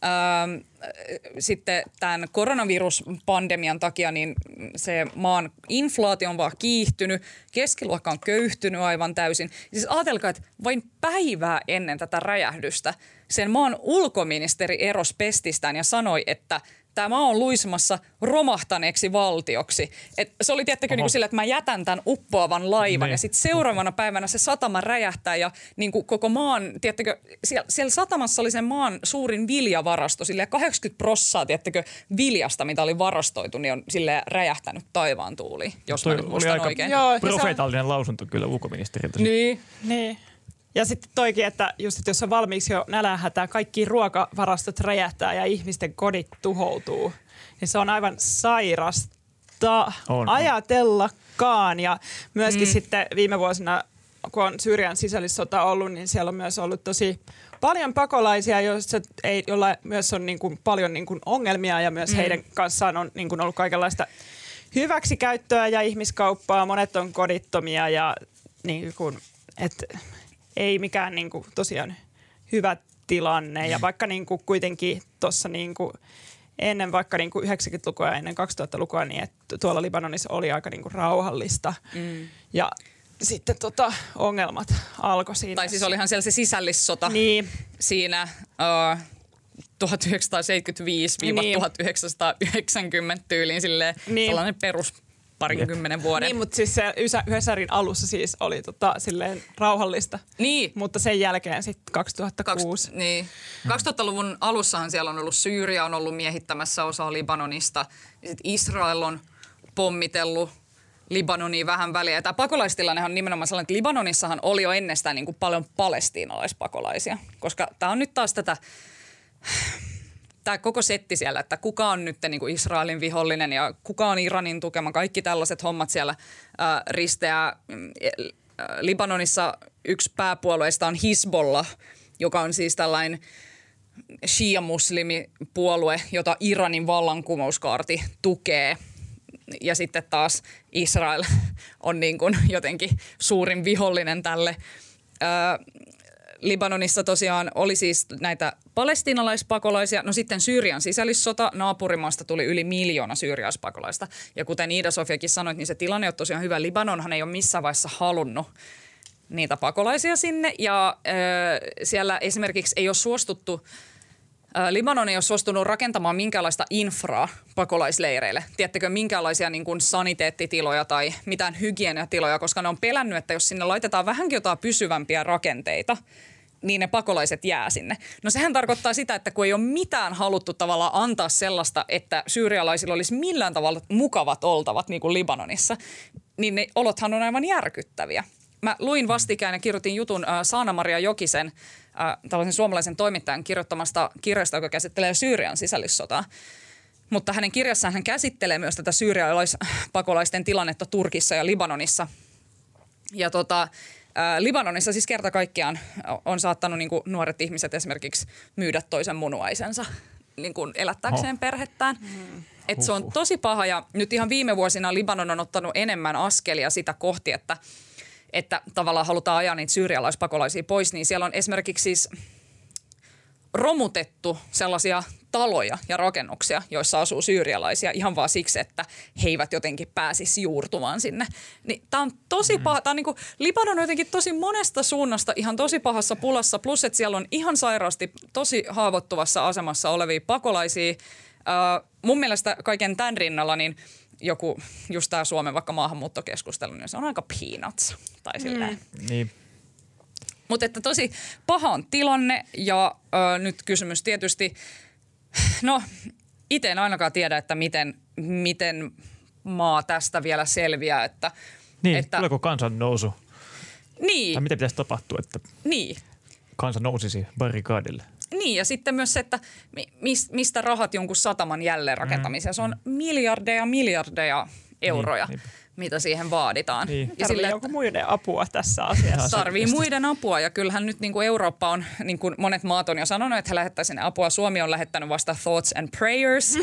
Sitten tämän koronaviruspandemian takia niin se maan inflaatio on vaan kiihtynyt, keskiluokka on köyhtynyt aivan täysin. Siis ajatelkaa, että vain päivää ennen tätä räjähdystä sen maan ulkoministeri erosi pestistään ja sanoi, että tämä maa on luisumassa romahtaneeksi valtioksi. Et se oli tiettäkö niin kuin sillä, että mä jätän tämän uppoavan laivan ja sitten seuraavana päivänä se satama räjähtää ja niin kuin koko maan, tiettäkö, siellä satamassa oli sen maan suurin viljavarasto, silleen 80%, tiettäkö, viljasta, mitä oli varastoitu, niin on silleen räjähtänyt taivaan tuuliin, jos mä nyt muistan oikein. Joo, profeetallinen lausunto kyllä ulkoministeriltä. Niin. Ja sitten toikin, että just, että jos on valmiiksi jo nälänhätää, kaikki ruokavarastot räjähtää ja ihmisten kodit tuhoutuu, niin se on aivan sairasta ajatellakaan. Ja myöskin sitten viime vuosina, kun on Syyrian sisällissota ollut, niin siellä on myös ollut tosi paljon pakolaisia, joilla myös on niin kuin paljon niin kuin ongelmia ja myös heidän kanssaan on niin kuin ollut kaikenlaista hyväksikäyttöä ja ihmiskauppaa. Monet on kodittomia ja niin kuin, että ei mikään niin kuin, tosiaan hyvä tilanne. Ja vaikka niin kuin, kuitenkin tuossa niin kuin, ennen vaikka niin kuin 90-lukua ja ennen 2000-lukua, niin että tuolla Libanonissa oli aika niin kuin, rauhallista. Ja sitten ongelmat alkoi siinä. Tai siis olihan siellä se sisällissota siinä 1975-1990 tyyliin silleen sellainen perus parinkymmenen vuoden. Niin, mutta siis se Hesarin alussa siis oli silleen rauhallista. Niin. Mutta sen jälkeen sitten 2006. Niin. 2000-luvun alussahan siellä on ollut Syyria, on ollut miehittämässä osaa Libanonista. Ja sitten Israel on pommitellut Libanoniin vähän väliä. Ja tämä pakolaistilannehan on nimenomaan sellainen, että Libanonissahan oli jo ennestään niin kuin paljon palestiinalaispakolaisia. Koska tämä on nyt taas tämä koko setti siellä, että kuka on nyt niin kuin Israelin vihollinen ja kuka on Iranin tukema. Kaikki tällaiset hommat siellä risteää. Libanonissa yksi pääpuolueista on Hizbollah, joka on siis tällainen shia-muslimipuolue, jota Iranin vallankumouskaarti tukee. Ja sitten taas Israel on niin kuin jotenkin suurin vihollinen tälle. Libanonissa tosiaan oli siis näitä palestiinalaispakolaisia. No sitten Syyrian sisällissota, naapurimaasta tuli yli 1 miljoona syyrialaispakolaista. Ja kuten Iida-Sofiakin sanoi, niin se tilanne on tosiaan hyvä. Libanonhan ei ole missään vaiheessa halunnut niitä pakolaisia sinne. Ja siellä esimerkiksi ei ole suostuttu, Libanon ei ole suostunut rakentamaan minkäänlaista infraa pakolaisleireille. Tiedättekö, minkäänlaisia niin kuin saniteettitiloja tai mitään hygieniatiloja, koska ne on pelännyt, että jos sinne laitetaan vähänkin jotain pysyvämpiä rakenteita, niin ne pakolaiset jää sinne. No sehän tarkoittaa sitä, että kun ei ole mitään haluttu tavallaan antaa sellaista, että syyrialaisilla olisi millään tavalla mukavat oltavat niin kuin Libanonissa, niin ne olothan on aivan järkyttäviä. Mä luin vastikään ja kirjoitin jutun Saana-Maria Jokisen, tällaisen suomalaisen toimittajan kirjoittamasta kirjasta, joka käsittelee Syyrian sisällissotaa. Mutta hänen kirjassaan hän käsittelee myös tätä syyrialaispakolaisten tilannetta Turkissa ja Libanonissa. Ja Libanonissa siis kerta kaikkiaan on saattanut niin kuin nuoret ihmiset esimerkiksi myydä toisen munuaisensa niin kuin elättääkseen perhettään. Et se on tosi paha ja nyt ihan viime vuosina Libanon on ottanut enemmän askelia sitä kohti, että että tavallaan halutaan ajaa niitä syyrialaispakolaisia pois, niin siellä on esimerkiksi siis romutettu sellaisia taloja ja rakennuksia, joissa asuu syyrialaisia ihan vaan siksi, että he eivät jotenkin pääsisi juurtumaan sinne. Niin tämä on tosi paha. Tämä on niinku, Libanon on jotenkin tosi monesta suunnasta ihan tosi pahassa pulassa, plus että siellä on ihan sairaasti tosi haavoittuvassa asemassa olevia pakolaisia. Mun mielestä kaiken tämän rinnalla niin joku, just tämä Suomen vaikka maahanmuuttokeskustelu, niin se on aika peanuts tai silleen. Niin. Mutta että tosi paha on tilanne ja nyt kysymys tietysti, no itse en ainakaan tiedä, että miten maa tästä vielä selviää. Että, tuleeko kansan nousu? Niin. Tai mitä pitäisi tapahtua, että kansa nousisi barrikaadille? Niin ja sitten myös se, että mistä rahat jonkun sataman jälleenrakentamiseen. Se on miljardeja euroja. Niin. Mitä siihen vaaditaan. Niin. Tarvii joku muiden apua tässä asiassa. Tarvii muiden apua ja kyllähän nyt niin kuin Eurooppa on, niin kuin monet maat on jo sanonut, että he lähettävät sinne apua. Suomi on lähettänyt vasta thoughts and prayers.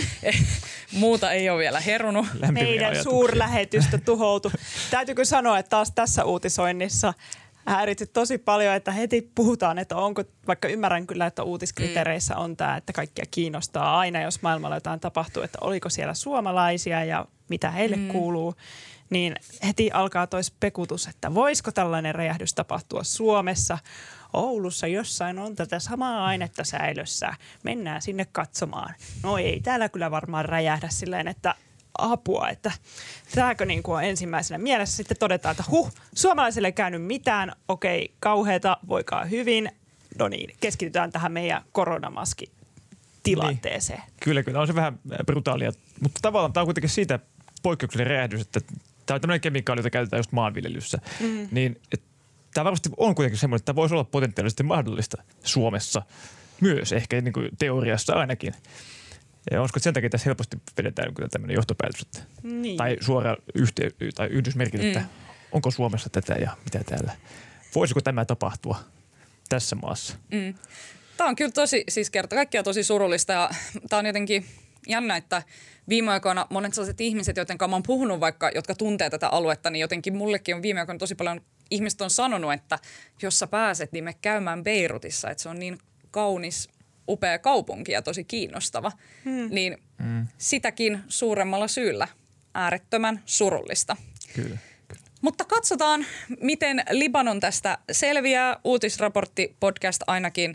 Muuta ei ole vielä herunut. Meidän suurlähetystö tuhoutui. Täytyykö sanoa, että taas tässä uutisoinnissa häiritsi tosi paljon, että heti puhutaan, että onko, vaikka ymmärrän kyllä, että uutiskriteereissä on tämä, että kaikkia kiinnostaa aina, jos maailmalla jotain tapahtuu, että oliko siellä suomalaisia ja mitä heille kuuluu, niin heti alkaa toi spekutus, että voisiko tällainen räjähdys tapahtua Suomessa. Oulussa jossain on tätä samaa ainetta säilössä. Mennään sinne katsomaan. No ei täällä kyllä varmaan räjähdä silleen, että apua, että tämäkö niin kuin on ensimmäisenä mielessä. Sitten todetaan, että suomalaisille ei käynyt mitään, okei, kauheata, voikaa hyvin. No niin, keskitytään tähän meidän koronamaskitilanteeseen. Niin. Kyllä, on se vähän brutaalia, mutta tavallaan tämä on kuitenkin siitä poikkeuksellinen räjähdys, että tämä on tämmöinen kemikaali, jota käytetään just maanviljelyssä. Niin, tämä varmasti on kuitenkin semmoinen, että tämä voisi olla potentiaalisesti mahdollista Suomessa myös, ehkä niin kuin teoriassa ainakin. Ja uskon, että sen takia tässä helposti vedetään kyllä tämmöinen johtopäätös, että, tai suora yhdysmerkit, että onko Suomessa tätä ja mitä täällä. Voisiko tämä tapahtua tässä maassa? Tämä on kyllä tosi, siis kerta kaikkiaan tosi surullista ja tämä on jotenkin jännä, että viime aikoina monet sellaiset ihmiset, joiden kanssa mä oon puhunut vaikka, jotka tuntee tätä aluetta, niin jotenkin mullekin on viime aikoina tosi paljon ihmiset on sanonut, että jos sä pääset, niin me käymään Beirutissa, että se on niin kaunis, upea kaupunki ja tosi kiinnostava, niin sitäkin suuremmalla syyllä äärettömän surullista. Kyllä. Mutta katsotaan, miten Libanon tästä selviää. Uutisraportti podcast ainakin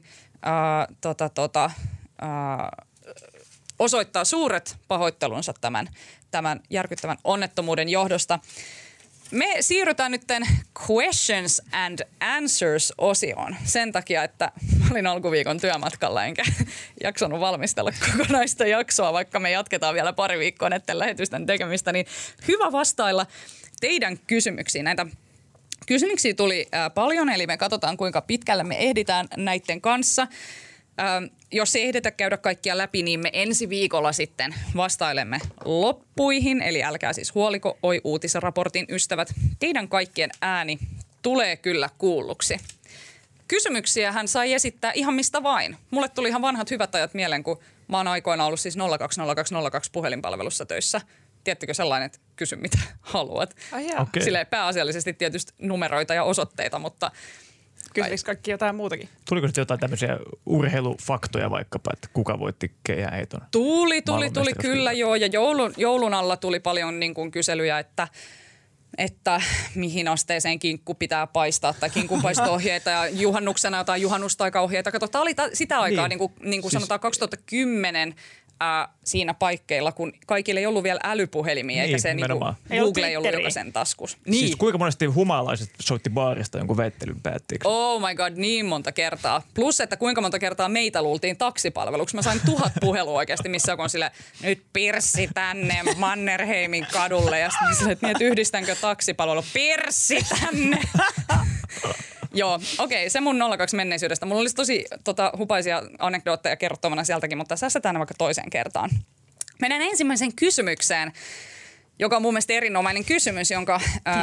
osoittaa suuret pahoittelunsa tämän järkyttävän onnettomuuden johdosta. Me siirrytään nyt questions and answers-osioon sen takia, että mä olin alkuviikon työmatkalla enkä jaksanut valmistella kokonaista jaksoa, vaikka me jatketaan vielä pari viikkoa näiden lähetysten tekemistä, niin hyvä vastailla teidän kysymyksiin. Näitä kysymyksiä tuli paljon, eli me katsotaan kuinka pitkälle me ehditään näiden kanssa. Jos ei ehditä käydä kaikkia läpi, niin me ensi viikolla sitten vastailemme loppuihin. Eli älkää siis huoliko, uutisraportin ystävät. Teidän kaikkien ääni tulee kyllä kuulluksi. Kysymyksiä hän sai esittää ihan mistä vain. Mulle tuli ihan vanhat hyvät ajat mieleen, kun mä oon aikoina ollut siis 020202 puhelinpalvelussa töissä. Tiedättekö sellainen, että kysy mitä haluat. Okay. Silleen pääasiallisesti tietysti numeroita ja osoitteita, mutta kysyikö kaikki jotain muutakin? Tuliko sitten jotain tämmöisiä urheilufaktoja vaikkapa, että kuka voitti keihäänheiton? Tuli kyllä joo. Ja joulun alla tuli paljon niin kuin kyselyjä, että mihin asteeseen kinkku pitää paistaa tai kinkunpaisto-ohjeita ja juhannuksena jotain juhannustaikaohjeita. Kato, tämä oli sitä aikaa, niin kuin siis sanotaan 2010 siinä paikkeilla, kun kaikille ei ollut vielä älypuhelimia, eikä se Google ei ollut jokaisen taskus. Niin. Siis kuinka monesti humalaiset soitti baarista jonkun veittelyn päätteeksi? Oh my god, niin monta kertaa. Plus, että kuinka monta kertaa meitä luultiin taksipalveluksi. Mä sain 1000 puhelua oikeasti, missä joku on silleen, nyt pirssi tänne Mannerheimin kadulle. Ja sitten silleen, että yhdistänkö taksipalvelu? Pirssi tänne! Joo, okei, se mun 02 menneisyydestä. Mulla olisi tosi hupaisia anekdootteja kerrottavana sieltäkin, mutta sässätään vaikka toiseen kertaan. Mennään ensimmäiseen kysymykseen, joka on mun mielestä erinomainen kysymys, jonka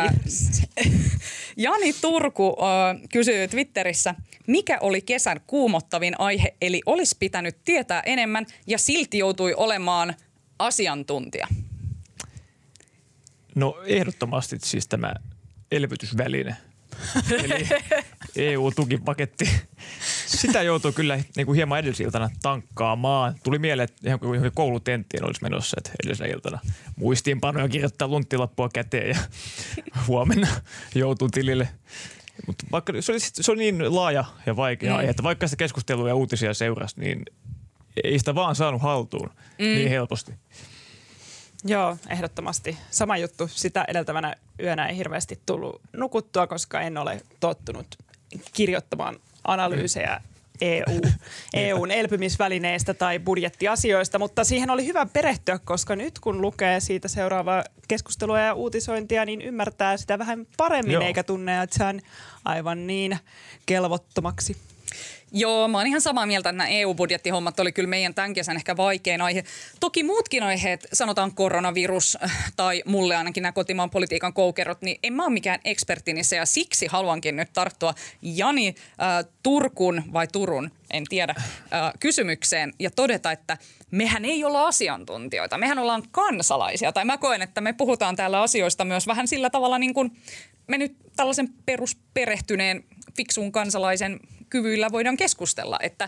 Jani Turku kysyy Twitterissä. Mikä oli kesän kuumottavin aihe, eli olisi pitänyt tietää enemmän ja silti joutui olemaan asiantuntija? No ehdottomasti siis tämä elvytysväline. eli EU-tukipaketti. Sitä joutuu kyllä niin kuin hieman edellisiltana tankkaamaan. Tuli mieleen, että ihan kuin koulutenttiin olisi menossa, että edellisenä iltana muistiinpanoja kirjoittaa lunttilappua käteen ja huomenna joutuu tilille. Mutta vaikka se oli niin laaja ja vaikea aihe, että vaikka sitä keskustelua ja uutisia seurasi, niin ei sitä vaan saanut haltuun niin helposti. Joo, ehdottomasti. Sama juttu. Sitä edeltävänä yönä ei hirveästi tullut nukuttua, koska en ole tottunut kirjoittamaan analyysejä EUn elpymisvälineistä tai budjettiasioista, mutta siihen oli hyvä perehtyä, koska nyt kun lukee siitä seuraavaa keskustelua ja uutisointia, niin ymmärtää sitä vähän paremmin, eikä tunne, että se on aivan niin kelvottomaksi. Joo, mä oon ihan samaa mieltä, että nämä EU-budjettihommat oli kyllä meidän tämän kesän ehkä vaikein aihe. Toki muutkin aiheet, sanotaan koronavirus tai mulle ainakin nämä kotimaan politiikan koukerot, niin en mä ole mikään ekspertti niissä ja siksi haluankin nyt tarttua Jani Turun, en tiedä, kysymykseen ja todeta, että mehän ei olla asiantuntijoita, mehän ollaan kansalaisia. Tai mä koen, että me puhutaan täällä asioista myös vähän sillä tavalla niin kuin me nyt tällaisen perusperehtyneen fiksuun kansalaisen kyvyillä voidaan keskustella, että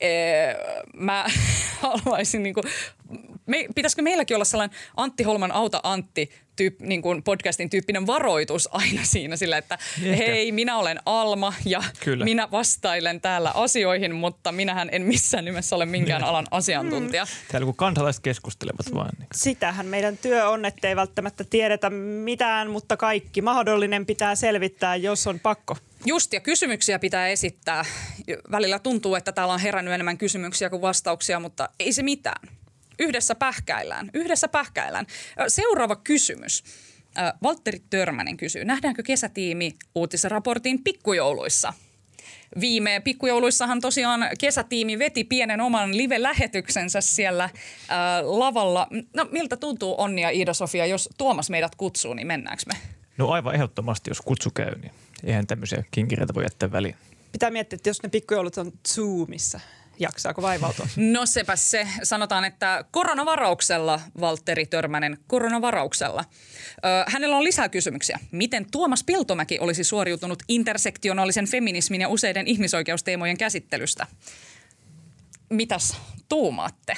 mä haluaisin pitäisikö meilläkin olla sellainen Antti Holman auta Antti niin kuin podcastin tyyppinen varoitus aina siinä sillä, että hei, minä olen Alma ja minä vastailen täällä asioihin, mutta minähän en missään nimessä ole minkään alan asiantuntija. Täällä kun kansalaiset keskustelevat vaan. Niin. Sitähän meidän työ on, ettei välttämättä tiedetä mitään, mutta kaikki mahdollinen pitää selvittää, jos on pakko. Just, ja kysymyksiä pitää esittää. Välillä tuntuu, että täällä on herännyt enemmän kysymyksiä kuin vastauksia, mutta ei se mitään. Yhdessä pähkäillään. Seuraava kysymys. Valtteri Törmänen kysyy, nähdäänkö kesätiimi uutisraportin pikkujouluissa? Viime pikkujouluissahan tosiaan kesätiimi veti pienen oman live-lähetyksensä siellä lavalla. No miltä tuntuu Onni ja Iida-Sofia, jos Tuomas meidät kutsuu, niin mennäänkö me? No aivan ehdottomasti, jos kutsu käy, niin eihän tämmöisiä kinkireitä voi jättää väliin. Pitää miettiä, että jos ne pikkujoulut on Zoomissa, jaksaako vaivautua? No sepä se. Sanotaan, että koronavarauksella, Valtteri Törmänen, koronavarauksella. Hänellä on lisää kysymyksiä. Miten Tuomas Peltomäki olisi suoriutunut intersektionaalisen feminismin ja useiden ihmisoikeusteemojen käsittelystä? Mitäs tuumaatte?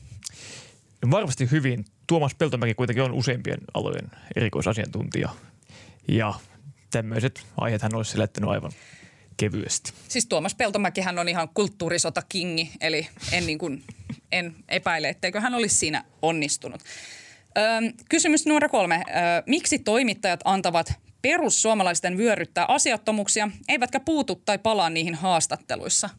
No varmasti hyvin. Tuomas Peltomäki kuitenkin on useimpien alojen erikoisasiantuntija. Ja tämmöiset aiheet hän olisi selättänyt aivan kevyesti. Siis Tuomas Peltomäkihän on ihan kulttuurisotakingi, eli en epäile, etteikö hän olisi siinä onnistunut. Kysymys numero 3. Miksi toimittajat antavat perussuomalaisten vyöryttää asiattomuuksia, eivätkä puutu tai palaa niihin haastatteluissa?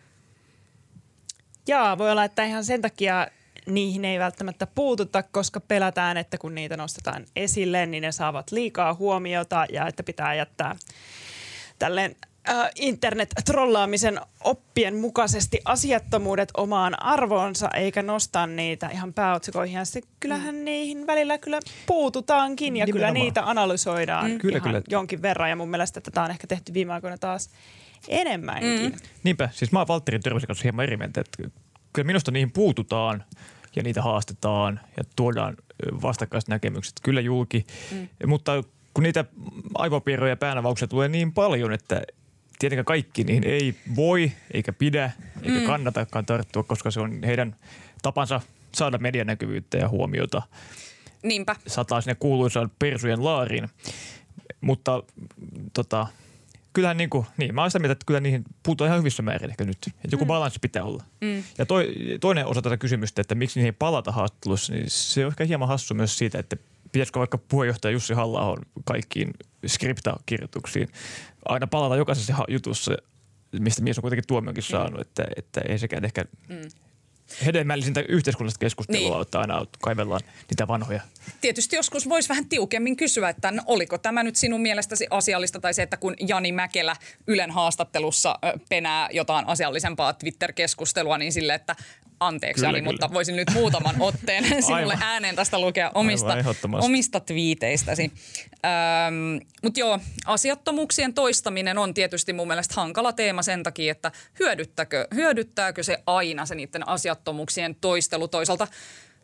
Jaa, voi olla, että ihan sen takia niihin ei välttämättä puututa, koska pelätään, että kun niitä nostetaan esille, niin ne saavat liikaa huomiota ja että pitää jättää tälleen internet-trollaamisen oppien mukaisesti asiattomuudet omaan arvoonsa, eikä nostaa niitä ihan pääotsikoihin. Ja kyllähän niihin välillä kyllä puututaankin ja kyllä niitä analysoidaan kyllä. Jonkin verran. Ja mun mielestä tätä on ehkä tehty viime aikoina taas enemmänkin. Niinpä, siis mä oon Valtterin Törmäsen kanssa hieman eri mieltä, että kyllä minusta niihin puututaan ja niitä haastetaan ja tuodaan vastakkaiset näkemykset kyllä julki, mutta kun niitä aivopiirroja ja päänavauksia tulee niin paljon, että tietenkään kaikki niihin ei voi eikä pidä eikä kannatakaan tarttua, koska se on heidän tapansa saada medianäkyvyyttä ja huomiota. Niinpä. Sataa sinne kuuluisaan persujen laariin. Mutta kyllähän mä oon sitä mieltä, että kyllä niihin puhutaan ihan hyvissä määrin ehkä nyt. Että joku balanssi pitää olla. Ja toinen osa tätä kysymystä, että miksi niihin ei palata haastattelussa, niin se on ehkä hieman hassu myös siitä, että pitäisikö vaikka puheenjohtaja Jussi Halla-ahon kaikkiin skriptakirjoituksiin aina palata jokaisessa jutussa, mistä mies on kuitenkin tuomionkin saanut, että ei sekään ehkä hedelmällisintä yhteiskunnallista keskustelua, että aina kaivellaan niitä vanhoja. Tietysti joskus voisi vähän tiukemmin kysyä, että oliko tämä nyt sinun mielestäsi asiallista tai se, että kun Jani Mäkelä Ylen haastattelussa penää jotain asiallisempaa Twitter-keskustelua, niin sille, että anteeksi Jani, mutta voisin nyt muutaman otteen sinulle ääneen tästä lukea omista twiiteistäsi. Mutta joo, asiattomuuksien toistaminen on tietysti mun mielestä hankala teema sen takia, että hyödyttääkö se aina se niiden asiattomuuksien toistelu toisaalta.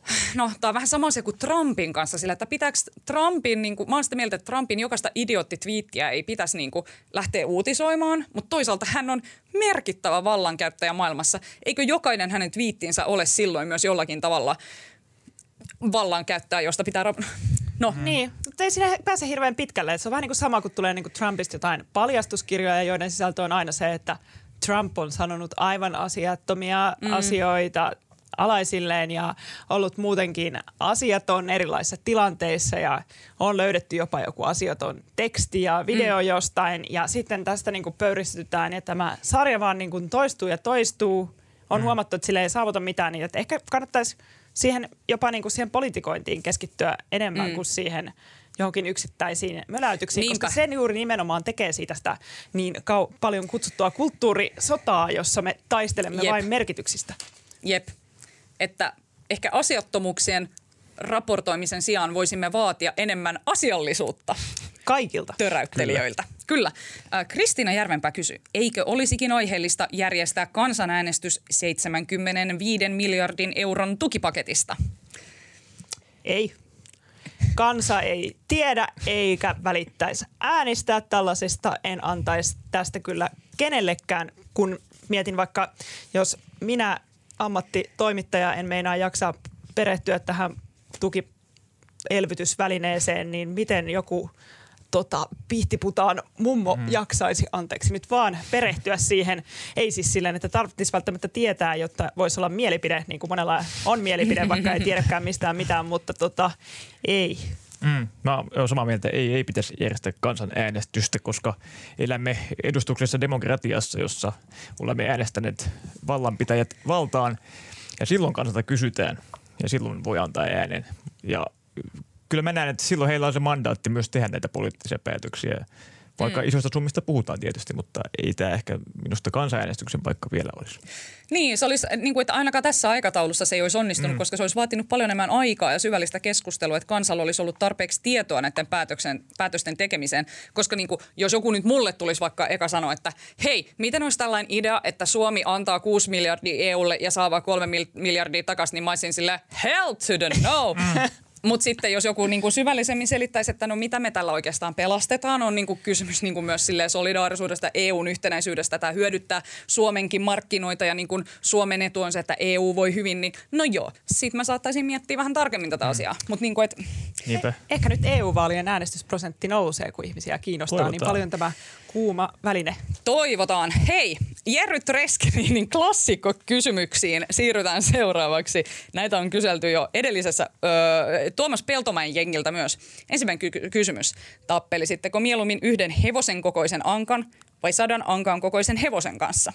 No, tämä on vähän sama asia kuin Trumpin kanssa sillä, että pitääkö Trumpin, niin kuin, mä oon sitä mieltä, että Trumpin jokaista idioottitwiittiä ei pitäisi niin kuin, lähteä uutisoimaan, mutta toisaalta hän on merkittävä vallankäyttäjä maailmassa. Eikö jokainen hänen twiittinsä ole silloin myös jollakin tavalla vallankäyttäjä, josta pitää... No. Niin, mutta ei siinä pääse hirveän pitkälle. Se on vähän niin kuin sama, kun tulee niin kuin Trumpista jotain paljastuskirjoja, joiden sisältö on aina se, että Trump on sanonut aivan asiattomia asioita alaisilleen ja ollut muutenkin asiaton erilaisissa tilanteissa ja on löydetty jopa joku asiaton teksti ja video jostain ja sitten tästä niin kuin pöyristytään ja tämä sarja vaan niin kuin toistuu ja toistuu. On huomattu, että sille ei saavuta mitään, niin että ehkä kannattaisi siihen jopa niin kuin siihen politikointiin keskittyä enemmän kuin siihen johonkin yksittäisiin möläytyksiin, koska sen juuri nimenomaan tekee siitä sitä niin paljon kutsuttua kulttuurisotaa, jossa me taistelemme vain merkityksistä. Jep. Että ehkä asiattomuuksien raportoimisen sijaan voisimme vaatia enemmän asiallisuutta. Kaikilta. Töräyttelijöiltä. Kyllä. Kristiina Järvenpää kysyi, eikö olisikin aiheellista järjestää kansanäänestys 75 miljardin euron tukipaketista? Ei. Kansa ei tiedä eikä välittäisi äänestää tällaisesta. En antaisi tästä kyllä kenellekään, kun mietin vaikka, jos minä ammattitoimittaja en meinaa jaksaa perehtyä tähän tukielvytysvälineeseen, niin miten joku pihtiputaan mummo jaksaisi, anteeksi nyt vaan, perehtyä siihen. Ei siis silleen, että tarvitsisi välttämättä tietää, jotta voisi olla mielipide, niin kuin monella on mielipide, vaikka ei tiedäkään mistään mitään, mutta ei. Mä oon samaa mieltä, ei pitäisi järjestää kansanäänestystä, koska elämme edustuksellisessa demokratiassa, jossa olemme äänestäneet vallanpitäjät valtaan ja silloin kansalta kysytään ja silloin voi antaa äänen. Ja kyllä mä näen, että silloin heillä on se mandaatti myös tehdä näitä poliittisia päätöksiä. Vaikka isoista summista puhutaan tietysti, mutta ei tämä ehkä minusta kansanäänestyksen paikka vielä olisi. Niin, se olisi, niin kuin, että ainakaan tässä aikataulussa se ei olisi onnistunut, koska se olisi vaatinut paljon enemmän aikaa ja syvällistä keskustelua, että kansalla olisi ollut tarpeeksi tietoa näiden päätösten tekemiseen. Koska niin kuin, jos joku nyt mulle tulisi vaikka eka sanoa, että hei, miten olisi tällainen idea, että Suomi antaa 6 miljardia EUlle ja saa vaan 3 miljardia takaisin, niin mä olisin silleen, hell to the no! Mutta sitten jos joku niinku syvällisemmin selittäisi, että no mitä me tällä oikeastaan pelastetaan, on niinku kysymys niinku myös solidaarisuudesta, EUn yhtenäisyydestä, tämä hyödyttää Suomenkin markkinoita ja niinku Suomen etu on se, että EU voi hyvin, niin no joo, sitten mä saattaisin miettiä vähän tarkemmin tätä asiaa. Niinku, ehkä nyt EU-vaalien äänestysprosentti nousee, kun ihmisiä kiinnostaa niin paljon tämä kuuma väline. Toivotaan. Hei, Jerry Treskelinin klassikkokysymyksiin siirrytään seuraavaksi. Näitä on kyselty jo edellisessä Tuomas Peltomäen jengiltä myös. Ensimmäinen kysymys. Tappelisitteko mieluummin yhden hevosen kokoisen ankan vai 100 ankan kokoisen hevosen kanssa?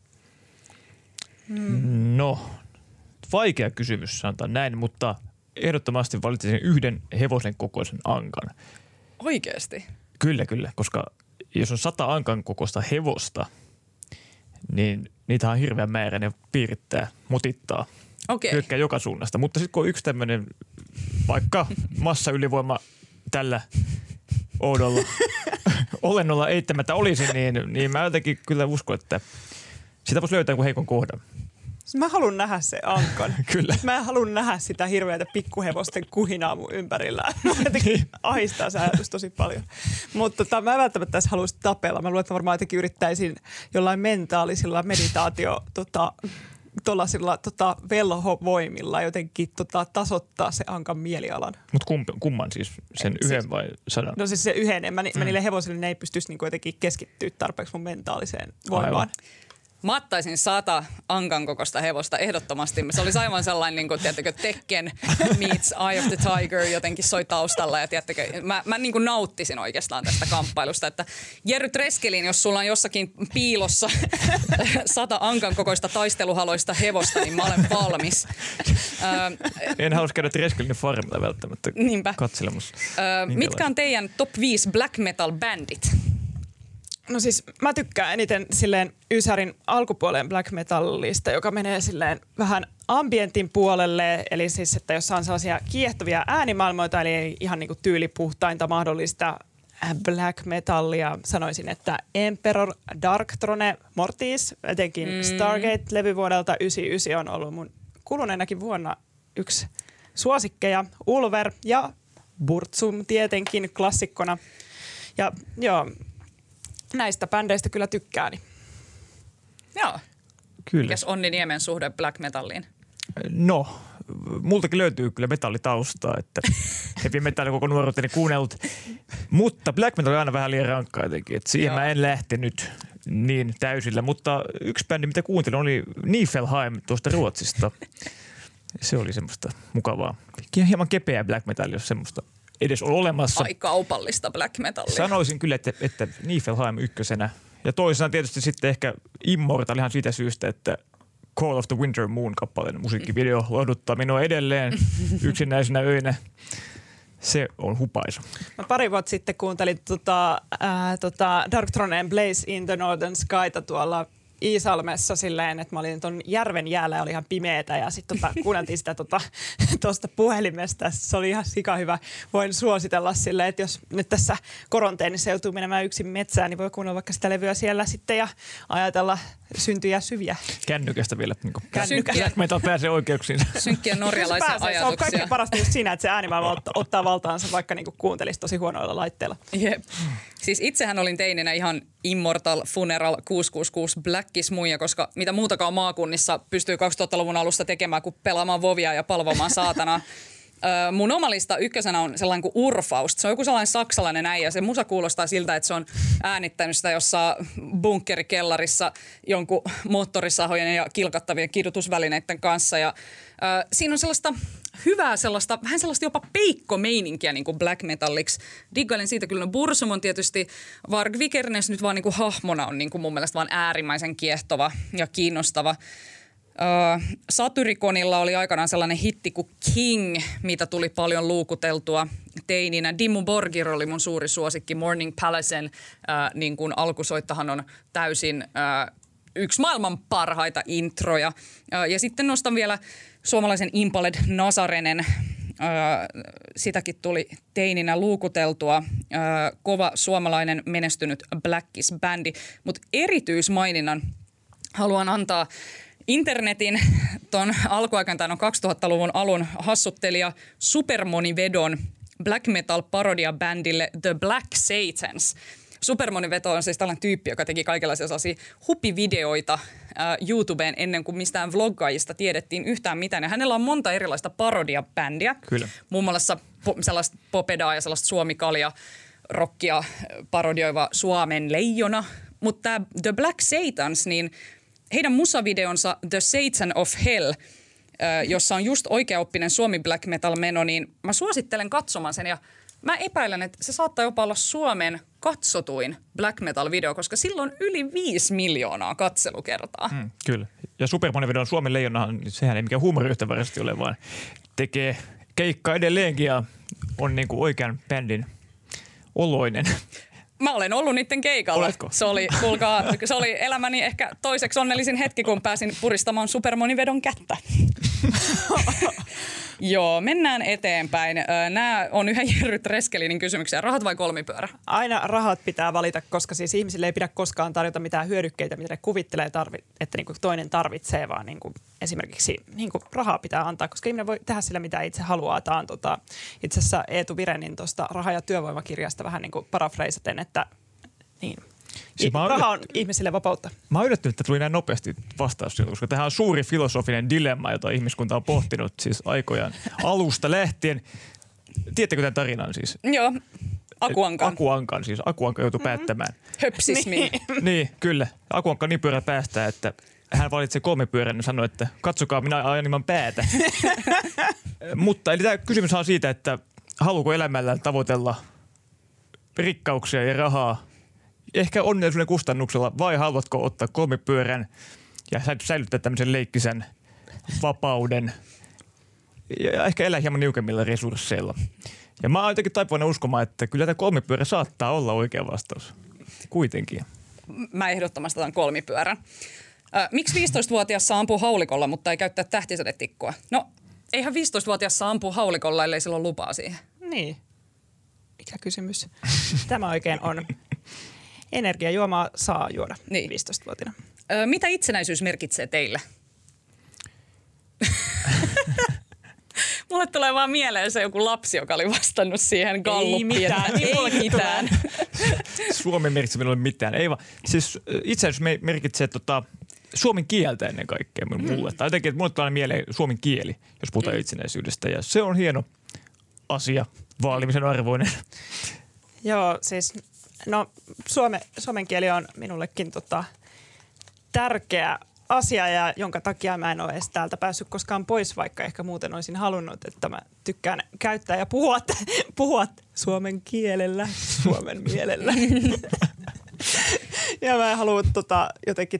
No, vaikea kysymys sanotaan näin, mutta ehdottomasti valitsisin yhden hevosen kokoisen ankan. Oikeasti? Kyllä, koska jos on 100 ankan kokoista hevosta, niin niitä on hirveän määrä, ne piirittää, mutittaa, hyökkää joka suunnasta. Mutta sitten kun on yksi tämmöinen vaikka massaylivoima tällä oudolla olennolla eittämättä olisi, niin mä jotenkin kyllä uskon, että sitä voisi löytää jonkun heikon kohdan. Mä haluan nähdä se ankan. Kyllä. Mä haluan nähdä sitä hirveätä pikkuhevosten kuhinaa mun ympärillä. Mä jotenkin ahistaa se ajatus tosi paljon. Mutta mä en välttämättä tässä haluaisi tapella. Mä luulen, että varmaan jotenkin yrittäisin jollain mentaalisilla tuollaisilla velhovoimilla jotenkin tasoittaa se ankan mielialan. Mutta kumman siis? Sen yhden vai 100? No siis se yhden. Mä niille hevosille ne ei pystyisi niinku jotenkin keskittyä tarpeeksi mun mentaaliseen voimaan. Aivan. Mä ottaisin 100 ankan kokoista hevosta ehdottomasti. Se olisi aivan sellainen, niin kuin, tiedättekö, Tekken meets Eye of the Tiger jotenkin soi taustalla. Ja tiedättekö, mä niin kuin nauttisin oikeastaan tästä kamppailusta. Että Jerry Treskelin, jos sulla on jossakin piilossa 100 ankan kokoista taisteluhaloista hevosta, niin mä olen valmis. En halus käydä Treskelin farmilla välttämättä katselemassa. Mitkä on teidän top 5 black metal bandit? No siis mä tykkään eniten silleen Ysärin alkupuolen black metallista, joka menee silleen vähän ambientin puolelle. Eli siis, että jos on sellaisia kiehtovia äänimaailmoita, eli ihan niinku tyylipuhtainta mahdollista black metallia. Sanoisin, että Emperor Darkthrone Mortis, etenkin Stargate-levy vuodelta 1999 on ollut mun kuluneenakin vuonna yksi suosikkeja. Ulver ja Burzum tietenkin klassikkona. Ja joo, näistä bändeistä kyllä tykkään. Joo. Kyllä. Mikäs Onni Niemen suhde black metalliin? No, multakin löytyy kyllä metallitaustaa, että heavy metallia koko nuoruuteni kuunnellut. Mutta black metal on aina vähän liian rankkaa jotenkin, että siihen mä en lähtenyt niin täysillä. Mutta yksi bändi, mitä kuuntelin, oli Niflheim tuosta Ruotsista. Se oli semmoista mukavaa. Hieman kepeä black metallia, jos semmoista edes on olemassa. Ai kaupallista black metallia. Sanoisin kyllä, että Niflheim ykkösenä. Ja toisena tietysti sitten ehkä Immortal ihan siitä syystä, että Call of the Winter Moon -kappaleen musiikkivideo lohduttaa minua edelleen yksinäisenä öinä. Se on hupaisu. Mä pari vuotta sitten kuuntelin Dark Throne Blaze in the Northern Skyta tuolla Iisalmessa silleen, että mä olin ton järven jäällä ja oli ihan pimeetä ja sitten kuunneltiin sitä tuosta puhelimesta. Se oli ihan sikahyvä. Voin suositella silleen, että jos nyt tässä koronteenissä joutuu menemään yksin metsään, niin voi kuunnella vaikka sitä levyä siellä sitten ja ajatella syntyjä syviä. Kännykästä vielä. Niin Kännykästä. Black metal pääsee oikeuksiin. Synkkiä norjalaisia ajatuksia. Se on kaikkein parasta just siinä, että se äänimaailma ottaa valtaansa, vaikka niinku kuuntelisi tosi huonoilla laitteilla. Jep. Siis itsehän olin teininä ihan Immortal, Funeral, 666, Blackis muija, koska mitä muutakaan maakunnissa pystyy 2000-luvun alusta tekemään kuin pelaamaan vovia ja palvomaan saatana. Mun oma lista ykkösenä on sellainen kuin Urfaust. Se on joku sellainen saksalainen äijä. Se musa kuulostaa siltä, että se on äänittänyt sitä jossain bunkkerikellarissa jonkun moottorisahojen ja kilkattavien kidutusvälineiden kanssa. Ja, siinä on sellaista hyvää sellaista, vähän sellaista jopa peikkomeininkiä niin kuin black metalliksi. Diggailen siitä kyllä. No Burzum on tietysti, Varg Vikernes nyt vaan niin kuin hahmona on niin kuin mun mielestä vaan äärimmäisen kiehtova ja kiinnostava. Satyriconilla oli aikanaan sellainen hitti kuin King, mitä tuli paljon luukuteltua teininä. Dimmu Borgir oli mun suuri suosikki. Morning Palacen niin kuin alkusoittahan on täysin yksi maailman parhaita introja. Ja sitten nostan vielä suomalaisen Impaled Nazarenen. Sitäkin tuli teininä luukuteltua. Kova suomalainen menestynyt Blackis-bändi. Mutta erityismaininnan haluan antaa internetin ton alkuaikaan, tai 2000-luvun alun hassuttelija Supermonivedon black metal parodia-bändille The Black Satans. Supermonivedo on siis tällainen tyyppi, joka teki kaikenlaisia sellaisia hupivideoita YouTubeen ennen kuin mistään vloggaajista tiedettiin yhtään mitään. Ja hänellä on monta erilaista parodia-bändiä. Kyllä. Muun muassa sellaista popedaa ja sellaista suomikalia rockia parodioiva Suomen leijona. Mutta tämä The Black Satans, niin heidän musavideonsa The Satan of Hell, jossa on just oikeaoppinen suomi black metal meno, niin mä suosittelen katsomaan sen ja mä epäilen, että se saattaa jopa olla Suomen katsotuin black metal video, koska silloin yli 5 miljoonaa katselukertaa. Kyllä. Ja Supermonivedon Suomen leijonahan, sehän ei mikään huumoriyhtäväisesti ole, vaan tekee keikkaa edelleenkin ja on niinku oikean bändin oloinen. Mä olen ollut niiden keikalla. Oletko? Se oli elämäni ehkä toiseksi onnellisin hetki, kun pääsin puristamaan Supermonivedon kättä. Joo, mennään eteenpäin. Nämä on yhä Jerry Treskelinin kysymyksiä. Rahat vai kolmipyörä? Aina rahat pitää valita, koska siis ihmisille ei pidä koskaan tarjota mitään hyödykkeitä, mitä ne kuvittelee, että niinku toinen tarvitsee, vaan niinku esimerkiksi niinku rahaa pitää antaa, koska ihminen voi tehdä sillä, mitä itse haluaa. Tämä on itse asiassa Eetu Virenin tuosta raha- ja työvoimakirjasta vähän niin kuin parafreisaten, että niin. Siis raha on ihmisille vapautta. Mä oon yllättynyt, että tuli näin nopeasti vastaus, koska tämähän on suuri filosofinen dilemma, jota ihmiskunta on pohtinut siis aikojan alusta lähtien. Tiedättekö tämän tarinan siis? Joo, Akuankan. Akuankan, siis Akuanka joutui päättämään. Höpsismi. Niin, kyllä. Akuanka niin pyörä päästä, että hän valitsee kolmipyörän ja sanoi, että katsokaa, minä ajan ilman päätä. Mutta eli tämä kysymys on siitä, että haluuko elämällä tavoitella rikkauksia ja rahaa ehkä onnellisuuden kustannuksella vai haluatko ottaa kolmipyörän ja säilyttää tämmöisen leikkisen vapauden ja ehkä elää hieman niukemmilla resursseilla. Ja mä oon jotenkin taipuvainen uskomaan, että kyllä tämä kolmipyörä saattaa olla oikea vastaus. Kuitenkin. Mä ehdottomasti otan kolmipyörän. Miksi 15-vuotias saa ampua haulikolla, mutta ei käyttää tähtisädetikkua? No, eihän 15-vuotias saa ampua haulikolla, ellei sillä ole lupaa siihen. Niin. Mikä kysymys? Tämä oikein on. Energiajuomaa saa juoda niin. 15-vuotiaana. Mitä itsenäisyys merkitsee teille? Mulle tulee vaan mieleen se joku lapsi, joka oli vastannut siihen Galluppiin. Ei mitään. Suomen merkitsee minulle mitään. Ei vaan, siis itse asiassa merkitsee suomen kieltä ennen kaikkea mulle. Tai jotenkin, että mulle tulee mieleen suomen kieli, jos puhutaan itsenäisyydestä. Ja se on hieno asia, vaalimisen arvoinen. Joo, siis no suomen kieli on minullekin tärkeä asia, ja jonka takia mä en ole edes täältä päässyt koskaan pois, vaikka ehkä muuten olisin halunnut, että mä tykkään käyttää ja puhua suomen kielellä, suomen mielellä. Ja mä en halua jotenkin,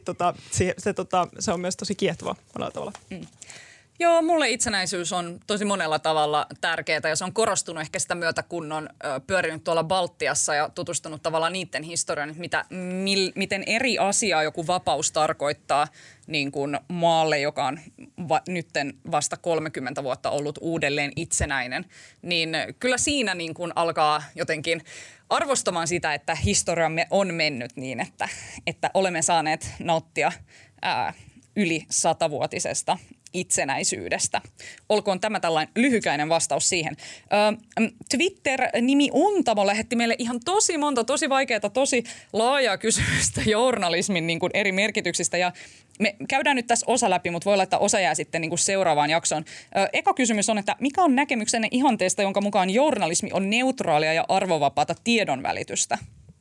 se on myös tosi kiehtova monella tavalla. Joo, mulle itsenäisyys on tosi monella tavalla tärkeää ja se on korostunut ehkä sitä myötä, kun on pyörinyt tuolla Baltiassa ja tutustunut tavallaan niiden historiaan, että miten eri asiaa joku vapaus tarkoittaa niin kuin maalle, joka on nytten vasta 30 vuotta ollut uudelleen itsenäinen. Niin kyllä siinä niin kuin alkaa jotenkin arvostamaan sitä, että historiamme on mennyt niin, että olemme saaneet nauttia yli 100-vuotisesta itsenäisyydestä. Olkoon tämä tällainen lyhykäinen vastaus siihen. Twitter-nimi Untamo lähetti meille ihan tosi monta, tosi vaikeaa, tosi laajaa kysymystä journalismin niin kuin eri merkityksistä. Ja me käydään nyt tässä osa läpi, mutta voi olla, että osa jää sitten niin kuin seuraavaan jaksoon. Eka kysymys on, että mikä on näkemyksenne ihanteesta, jonka mukaan journalismi on neutraalia ja arvovapaata tiedonvälitystä?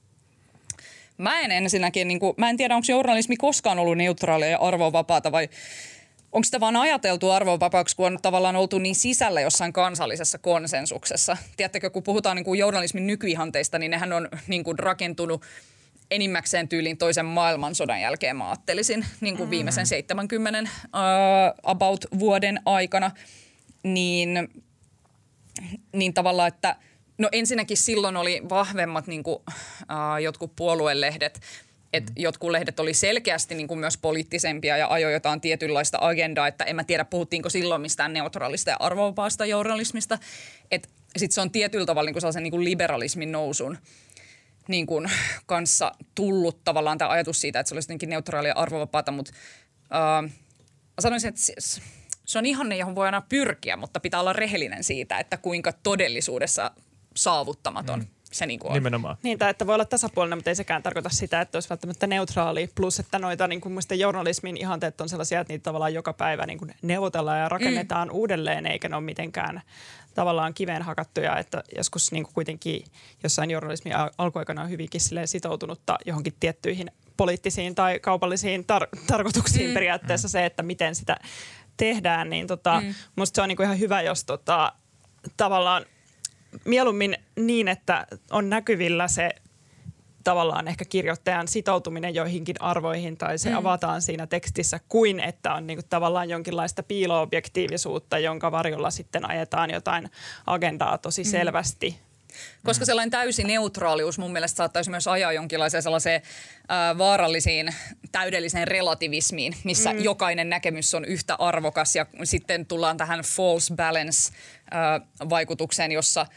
Mä en tiedä, onko journalismi koskaan ollut neutraalia ja arvovapaata vai onko sitä vaan ajateltu arvovapaaksi, kun on tavallaan oltu niin sisällä jossain kansallisessa konsensuksessa? Tiedättekö, kun puhutaan niin kuin journalismin nykyihanteista, niin nehän on niin kuin rakentunut enimmäkseen tyyliin toisen maailmansodan jälkeen, mä ajattelisin, niin kuin viimeisen 70 about vuoden aikana. Niin tavallaan, että no ensinnäkin silloin oli vahvemmat niin kuin, jotkut puoluelehdet, että jotkut lehdet oli selkeästi niin kuin myös poliittisempia ja ajoi jotain tietynlaista agendaa, että en mä tiedä puhuttiinko silloin mistään neutraalista ja arvovapaasta journalismista. Että sitten se on tietyllä tavalla niin kuin sellaisen niin kuin liberalismin nousun niin kuin kanssa tullut tavallaan tämä ajatus siitä, että se olisi jotenkin neutraalia ja arvovapaata, mutta sanoisin, että se on ihanne, johon voi aina pyrkiä, mutta pitää olla rehellinen siitä, että kuinka todellisuudessa saavuttamaton se niin kuin on. Nimenomaan. Niin, tai että voi olla tasapuolinen, mutta ei sekään tarkoita sitä, että olisi välttämättä neutraali. Plus, että noita niin kuin journalismin ihanteet on sellaisia, että niitä tavallaan joka päivä niin kuin neuvotellaan ja rakennetaan uudelleen, eikä ne ole mitenkään tavallaan kiveen hakattuja. Että joskus niin kuin kuitenkin jossain journalismin alkuaikana on hyvinkin sitoutunutta johonkin tiettyihin poliittisiin tai kaupallisiin tarkoituksiin periaatteessa se, että miten sitä tehdään. Niin musta se on niin kuin ihan hyvä, jos tavallaan mieluummin niin, että on näkyvillä se tavallaan ehkä kirjoittajan sitoutuminen joihinkin arvoihin tai se avataan siinä tekstissä, kuin että on niinku tavallaan jonkinlaista piilo-objektiivisuutta, jonka varjolla sitten ajetaan jotain agendaa tosi selvästi. Koska sellainen täysi neutraalius mun mielestä saattaisi myös ajaa jonkinlaiseen sellaiseen vaarallisiin täydelliseen relativismiin, missä jokainen näkemys on yhtä arvokas ja sitten tullaan tähän false balance-vaikutukseen, jossa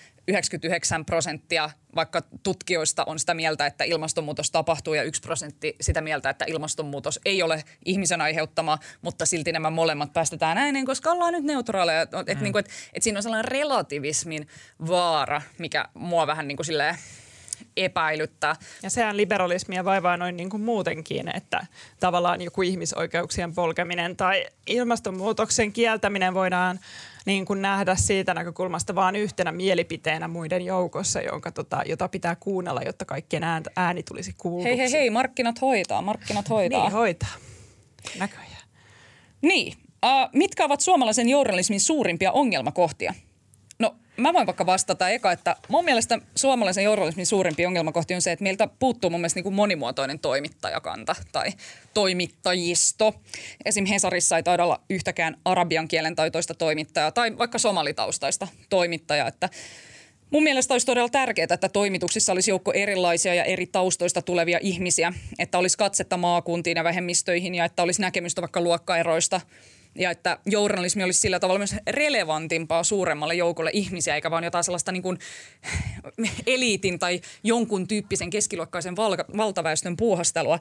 99% vaikka tutkijoista on sitä mieltä, että ilmastonmuutos tapahtuu ja 1% sitä mieltä, että ilmastonmuutos ei ole ihmisen aiheuttama, mutta silti nämä molemmat päästetään ääneen, koska ollaan nyt neutraaleja. Että siinä on sellainen relativismin vaara, mikä mua vähän niin kuin silleen epäilyttää. Ja sehän liberalismia vaivaa noin niin kuin muutenkin, että tavallaan joku ihmisoikeuksien polkeminen tai ilmastonmuutoksen kieltäminen voidaan niin kuin nähdä siitä näkökulmasta vaan yhtenä mielipiteenä muiden joukossa, jota pitää kuunnella, jotta kaikkien ääni tulisi kuulluksi. Hei, markkinat hoitaa. Niin, hoitaa. Näköjään. Niin. Mitkä ovat suomalaisen journalismin suurimpia ongelmakohtia? No, mä voin vaikka vastata eka, että mun mielestä suomalaisen journalismin suurimpia ongelmakohtia on se, että meiltä puuttuu mun mielestä niin kuin monimuotoinen toimittajakanta tai toimittajisto. Esim. Hesarissa ei taida olla yhtäkään arabian kielen taitoista toimittajaa tai vaikka somalitaustaista toimittajaa, että mun mielestä olisi todella tärkeää, että toimituksissa olisi joukko erilaisia ja eri taustoista tulevia ihmisiä, että olisi katsetta maakuntiin ja vähemmistöihin ja että olisi näkemystä vaikka luokkaeroista ja että journalismi olisi sillä tavalla myös relevantimpaa suuremmalle joukolle ihmisiä, eikä vaan jotain sellaista niin kuin eliitin tai jonkun tyyppisen keskiluokkaisen valtaväestön puuhastelua.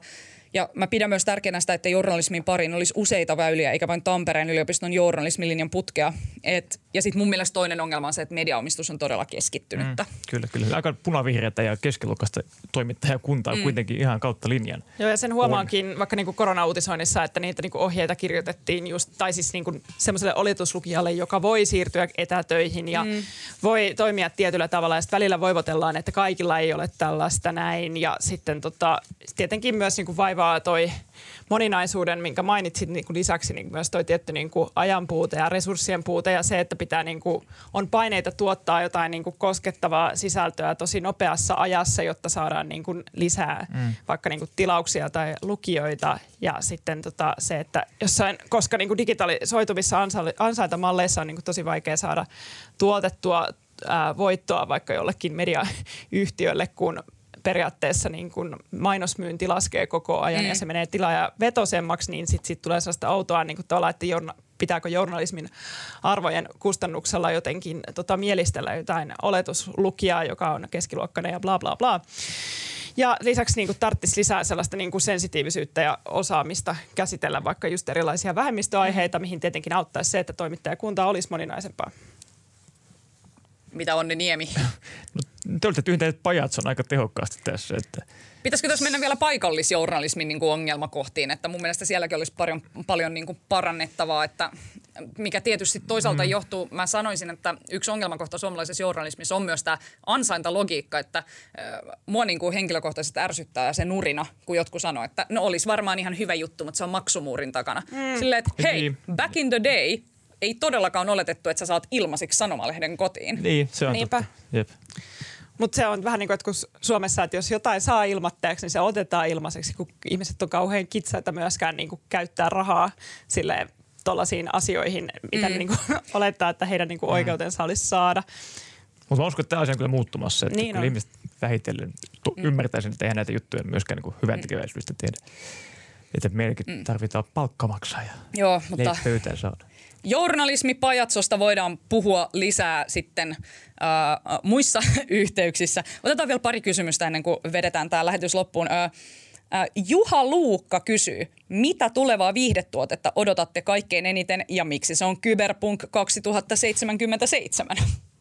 Ja mä pidän myös tärkeänä sitä, että journalismin pariin olisi useita väyliä, eikä vain Tampereen yliopiston journalismilinjan putkea. Ja sitten mun mielestä toinen ongelma on se, että mediaomistus on todella keskittynyttä. Kyllä. Aika punavihreätä ja keskiluokkaista toimittajakuntaa kuitenkin ihan kautta linjan. Joo, ja sen huomaankin vaikka niinku korona-uutisoinnissa, että niitä niinku ohjeita kirjoitettiin just, tai siis niinku semmoiselle oletuslukijalle, joka voi siirtyä etätöihin ja voi toimia tietyllä tavalla. Ja sitten välillä voivotellaan, että kaikilla ei ole tällaista näin. Ja sitten tietenkin myös niinku vaivaa toi moninaisuuden, minkä mainitsit niin kuin lisäksi niin myös toi tietty niin kuin ajanpuute ja resurssien puute ja se, että pitää niin kuin, on paineita tuottaa jotain niin kuin koskettavaa sisältöä tosi nopeassa ajassa, jotta saadaan niin kuin lisää vaikka niin kuin tilauksia tai lukijoita ja sitten se, että jossain, koska niin kuin digitalisoituvissa ansaintamalleissa on niin kuin tosi vaikea saada tuotettua voittoa vaikka jollekin mediayhtiölle, kun periaatteessa niin kun mainosmyynti laskee koko ajan ja se menee tilaajavetoisemmaksi, niin sitten tulee sellaista outoa niin tavalla, että pitääkö journalismin arvojen kustannuksella jotenkin mielistellä jotain oletuslukijaa, joka on keskiluokkainen ja bla bla bla. Ja lisäksi niin tarvitsisi lisää sellaista niin kuin sensitiivisyyttä ja osaamista käsitellä vaikka just erilaisia vähemmistöaiheita, mihin tietenkin auttaisi se, että toimittajakunta olisi moninaisempaa. Mitä Onni Niemi? No, te olette tyhjentäneet pajatson aika tehokkaasti tässä. Että. Pitäisikö tässä mennä vielä paikallisjournalismin niin kuin ongelmakohtiin? Että mun mielestä sielläkin olisi paljon niin kuin parannettavaa, että mikä tietysti toisaalta johtuu. Mä sanoisin, että yksi ongelmakohta suomalaisessa journalismissa on myös tämä ansaintalogiikka, että mua niin kuin henkilökohtaisesti ärsyttää se nurina, kun jotkut sanoo, että no olisi varmaan ihan hyvä juttu, mutta se on maksumuurin takana. Silleen, että hei, back in the day – ei todellakaan oletettu, että sä saat ilmaiseksi sanomalehden kotiin. Niin, se on totta. Jep. Mutta se on vähän niin kuin, että kun Suomessa, että jos jotain saa ilmatteeksi, niin se otetaan ilmaiseksi, kun ihmiset on kauhean kitsaita myöskään niin kuin käyttää rahaa silleen tollaisiin asioihin, mitä ne niin kuin olettaa, että heidän niin kuin oikeutensa olisi saada. Mutta mä uskon, että tämä asia on kyllä muuttumassa. Että niin kyllä ihmiset vähitellen ymmärtäisivät, että eihän näitä juttuja myöskään niin hyvän tekeväisyydestä tehdä. Että meilläkin tarvitaan palkkamaksaa ja pöytään saada. Journalismipajatsosta voidaan puhua lisää sitten muissa yhteyksissä. Otetaan vielä pari kysymystä ennen kuin vedetään tämä lähetys loppuun. Juha Luukka kysyy, mitä tulevaa viihdetuotetta odotatte kaikkein eniten ja miksi se on Cyberpunk 2077?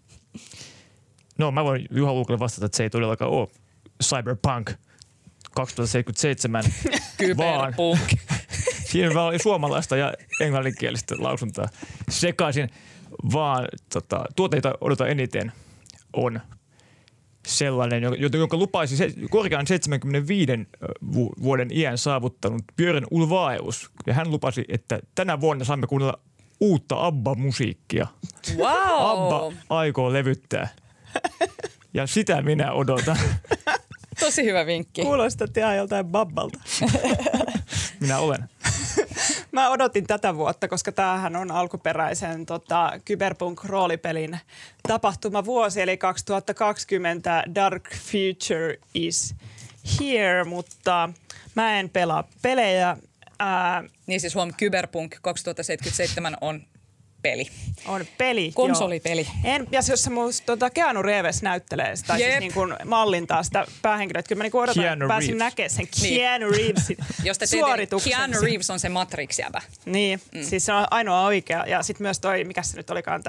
No mä voin Juha Luukalle vastata, että se ei todellakaan ole Cyberpunk 2077, Cyberpunk. Siinä vaan oli suomalaista ja englanninkielistä lausuntaa sekaisin, vaan tuotteita odotan eniten on sellainen, jonka lupaisi korkean 75 vuoden iän saavuttanut Björn Ulvaeus. Ja hän lupasi, että tänä vuonna saamme kuunnella uutta ABBA-musiikkia. Wow. ABBA aikoo levyttää. Ja sitä minä odotan. Tosi hyvä vinkki. Kuulostat ihan joltain Babbalta. Minä olen. Mä odotin tätä vuotta, koska tämähän on alkuperäisen Cyberpunk-roolipelin tapahtumavuosi, eli 2020 Dark Future is here, mutta mä en pelaa pelejä. Niin siis Cyberpunk 2077 on peli. On peli, konsolipeli. Ja jos se musta Keanu Reeves näyttelee sitä, siis niin kuin mallintaa sitä päähenkilöä, että kyllä mä niin odotan, pääsin näkemään sen Keanu Reevesin suorituksen. Keanu Reeves on se Matrix-jäbä. Niin, siis se on ainoa oikea. Ja sitten myös toi, mikä se nyt olikaan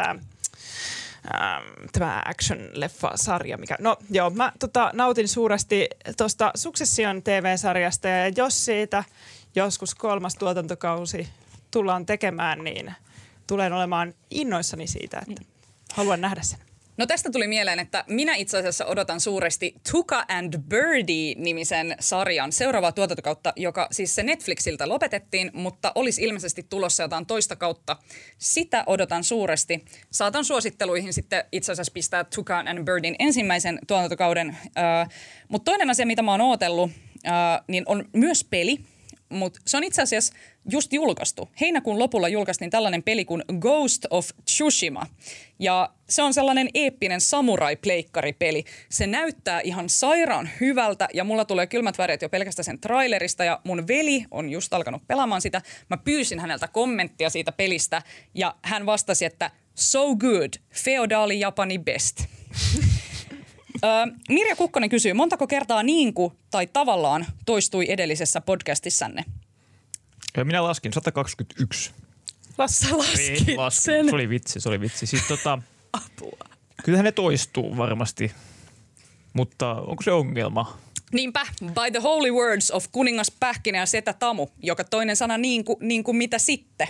tämä action-leffa-sarja. No joo, mä nautin suuresti tuosta Succession TV-sarjasta ja jos siitä joskus 3. tuotantokausi tullaan tekemään, niin tulen olemaan innoissani siitä, että haluan nähdä sen. No tästä tuli mieleen, että minä itse asiassa odotan suuresti Tuca and Birdie-nimisen sarjan seuraavaa tuotantokautta, joka siis se Netflixiltä lopetettiin, mutta olisi ilmeisesti tulossa jotain toista kautta. Sitä odotan suuresti. Saatan suositteluihin sitten itse asiassa pistää Tuca and Birdien ensimmäisen tuotantokauden. Mutta toinen asia, mitä mä oon ootellut, niin on myös peli. Mutta se on itse asiassa just julkaistu. Heinäkuun lopulla julkaistiin tällainen peli kuin Ghost of Tsushima. Ja se on sellainen eeppinen samurai-pleikkaripeli. Se näyttää ihan sairaan hyvältä ja mulla tulee kylmät väreet jo pelkästään sen trailerista. Ja mun veli on just alkanut pelaamaan sitä. Mä pyysin häneltä kommenttia siitä pelistä ja hän vastasi, että so good, feodaali Japani best. Mirja Kukkonen kysyy, montako kertaa niinku tai tavallaan toistui edellisessä podcastissanne? Minä laskin 121. Sä laskit sen. Se oli vitsi. Siis Apua. kyllähän ne toistuu varmasti, mutta onko se ongelma? Niinpä, by the holy words of kuningas Pähkinä ja setä Tamu, joka toinen sana niin kuin mitä sitten?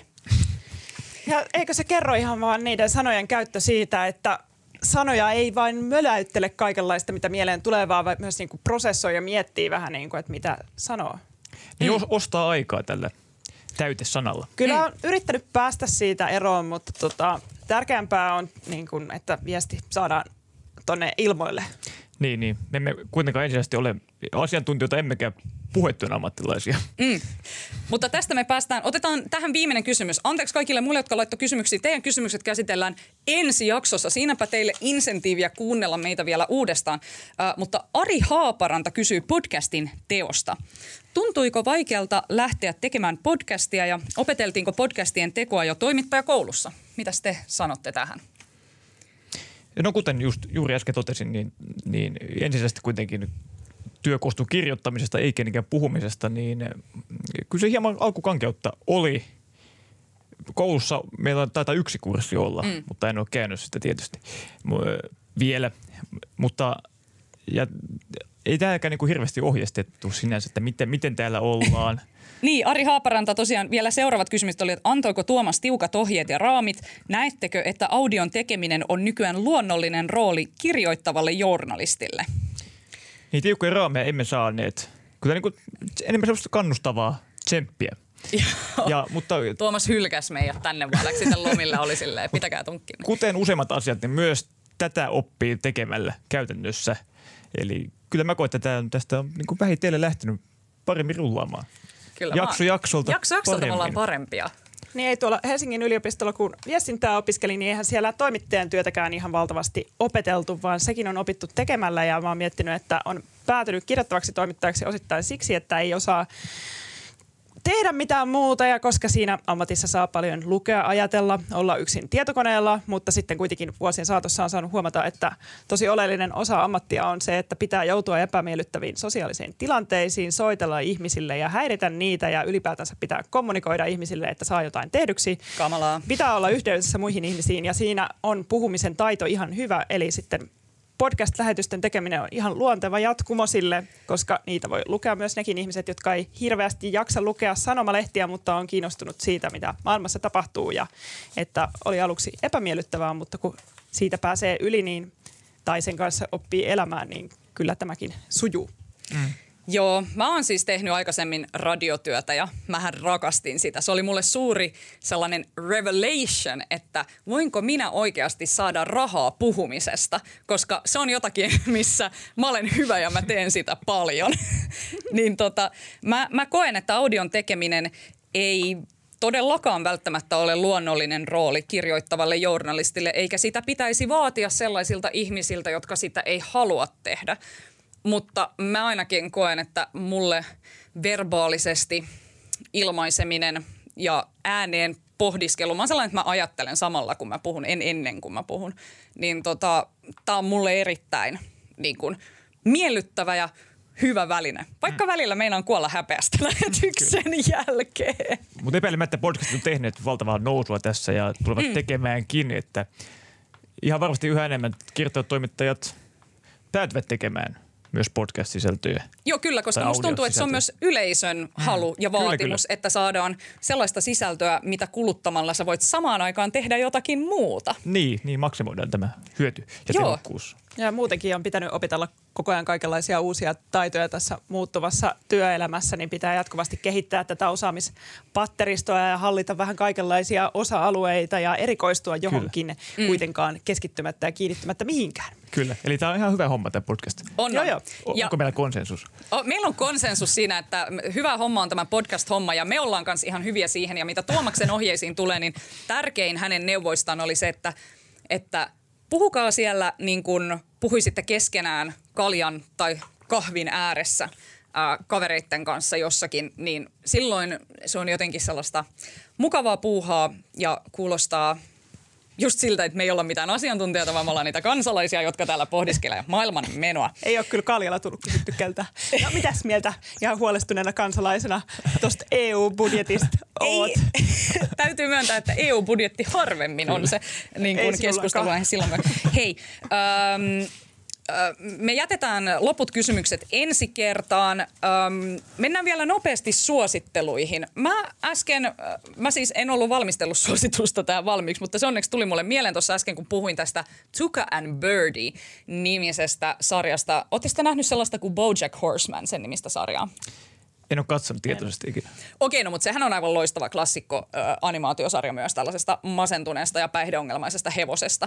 Ja eikö se kerro ihan vaan niiden sanojen käyttö siitä, että sanoja ei vain möläyttele kaikenlaista, mitä mieleen tulee, vaan myös niin kuin prosessoi ja miettii vähän, niin kuin, että mitä sanoo. Niin ostaa aikaa tällä täytesanalla. Kyllä on yrittänyt päästä siitä eroon, mutta tärkeämpää on, niin kuin, että viesti saadaan tonne ilmoille. Niin. Me emme kuitenkaan ensisijaisesti ole asiantuntijoita, emmekä puhettujen ammattilaisia. Mutta tästä me päästään. Otetaan tähän viimeinen kysymys. Anteeksi kaikille muille, jotka laittoi kysymyksiä. Teidän kysymykset käsitellään ensi jaksossa. Siinäpä teille insentiiviä kuunnella meitä vielä uudestaan. Mutta Ari Haaparanta kysyy podcastin teosta. Tuntuiko vaikealta lähteä tekemään podcastia ja opeteltiinko podcastien tekoa jo toimittajakoulussa? Mitäs te sanotte tähän? No kuten juuri äsken totesin, niin ensisijaisesti kuitenkin työ koostui kirjoittamisesta eikä niinkään puhumisesta, niin kyllä se hieman alkukankeutta oli. Koulussa meillä taitaa yksi kurssi olla, mutta en ole käynyt sitä tietysti vielä. Mutta ja ei tämäkään niin kuin hirveästi ohjeistettu sinänsä, että miten täällä ollaan. Niin, Ari Haaparanta tosiaan vielä seuraavat kysymykset oli, että antoiko Tuomas tiukat ohjeet ja raamit? Näettekö, että audion tekeminen on nykyään luonnollinen rooli kirjoittavalle journalistille? Niin tiukkoja raameja emme saaneet. Kyllä niin kuin enemmän sellaista kannustavaa tsemppiä. Mutta Tuomas hylkäs meidät tänne vaan, läksi sitten lomille, oli silleen, pitäkää tunkkiin. Kuten useimmat asiat, niin myös tätä oppii tekemällä käytännössä. Eli kyllä mä koen, että tästä on niin kuin vähitellen lähtenyt paremmin rullaamaan. Kyllä jaksolta me ollaan parempia. Niin ei tuolla Helsingin yliopistolla, kun viestintää opiskeli, niin eihän siellä toimittajan työtäkään ihan valtavasti opeteltu, vaan sekin on opittu tekemällä. Ja mä oon miettinyt, että on päätynyt kirjoittavaksi toimittajaksi osittain siksi, että ei osaa tehdä mitään muuta, ja koska siinä ammatissa saa paljon lukea, ajatella, olla yksin tietokoneella, mutta sitten kuitenkin vuosien saatossa on saanut huomata, että tosi oleellinen osa ammattia on se, että pitää joutua epämiellyttäviin sosiaalisiin tilanteisiin, soitella ihmisille ja häiritä niitä ja ylipäätänsä pitää kommunikoida ihmisille, että saa jotain tehdyksi. Kamalaa. Pitää olla yhteydessä muihin ihmisiin ja siinä on puhumisen taito ihan hyvä, eli sitten podcast-lähetysten tekeminen on ihan luonteva jatkumo sille, koska niitä voi lukea myös nekin ihmiset, jotka ei hirveästi jaksa lukea sanomalehtiä, mutta on kiinnostunut siitä, mitä maailmassa tapahtuu ja että oli aluksi epämiellyttävää, mutta kun siitä pääsee yli niin, tai sen kanssa oppii elämään, niin kyllä tämäkin sujuu. Joo, mä oon siis tehnyt aikaisemmin radiotyötä ja mähän rakastin sitä. Se oli mulle suuri sellainen revelation, että voinko minä oikeasti saada rahaa puhumisesta, koska se on jotakin, missä mä olen hyvä ja mä teen sitä paljon. Niin mä koen, että audion tekeminen ei todellakaan välttämättä ole luonnollinen rooli kirjoittavalle journalistille, eikä sitä pitäisi vaatia sellaisilta ihmisiltä, jotka sitä ei halua tehdä. Mutta mä ainakin koen, että mulle verbaalisesti ilmaiseminen ja ääneen pohdiskelu, mä oon sellainen, että mä ajattelen samalla kun mä puhun, en ennen kuin mä puhun, niin tää on mulle erittäin niin kun, miellyttävä ja hyvä väline. Vaikka välillä meinaan kuolla häpeästä lähetyksen jälkeen. Mutta epäilemättä podcastit on tehneet valtavaa nousua tässä ja tulevat tekemäänkin, että ihan varmasti yhä enemmän kirjoittajat päätyvät tekemään myös podcast-sisältöjä. Joo, kyllä, koska musta tuntuu, että se on myös yleisön halu ja vaatimus, kyllä. Että saadaan sellaista sisältöä, mitä kuluttamalla sä voit samaan aikaan tehdä jotakin muuta. Niin maksimoidaan tämä hyöty ja tehokkuus. Ja muutenkin on pitänyt opetella koko ajan kaikenlaisia uusia taitoja tässä muuttuvassa työelämässä, niin pitää jatkuvasti kehittää tätä osaamispatteristoa ja hallita vähän kaikenlaisia osa-alueita ja erikoistua johonkin kuitenkaan keskittymättä ja kiinnittymättä mihinkään. Kyllä, eli tämä on ihan hyvä homma tämä podcast. On. Onko meillä konsensus? Meillä on konsensus siinä, että hyvä homma on tämä podcast-homma ja me ollaan kanssa ihan hyviä siihen. Ja mitä Tuomaksen ohjeisiin tulee, niin tärkein hänen neuvoistaan oli se, että puhukaa siellä niin kuin puhuisitte keskenään kaljan tai kahvin ääressä kavereitten kanssa jossakin, niin silloin se on jotenkin sellaista mukavaa puuhaa ja kuulostaa just siltä, että me ei olla mitään asiantuntijoita, vaan me ollaan niitä kansalaisia, jotka täällä pohdiskelee maailman menoa. Ei ole kyllä Kaljalla tullut kysytty keltä. No mitäs mieltä ihan huolestuneena kansalaisena tuosta EU-budjetista oot? Täytyy myöntää, että EU-budjetti harvemmin on se niin kuin keskustelu. Silloin. Hei, me jätetään loput kysymykset ensi kertaan. Mennään vielä nopeasti suositteluihin. Mä siis en ollut valmistellut suositusta tähän valmiiksi, mutta se onneksi tuli mulle mieleen tuossa äsken, kun puhuin tästä Tuca and Birdie-nimisestä sarjasta. Ootteko te nähnyt sellaista kuin BoJack Horseman, sen nimistä sarjaa? En ole katsonut tietoisesti ikinä. Okei, no mutta sehän on aivan loistava klassikko animaatiosarja myös tällaisesta masentuneesta ja päihdeongelmaisesta hevosesta.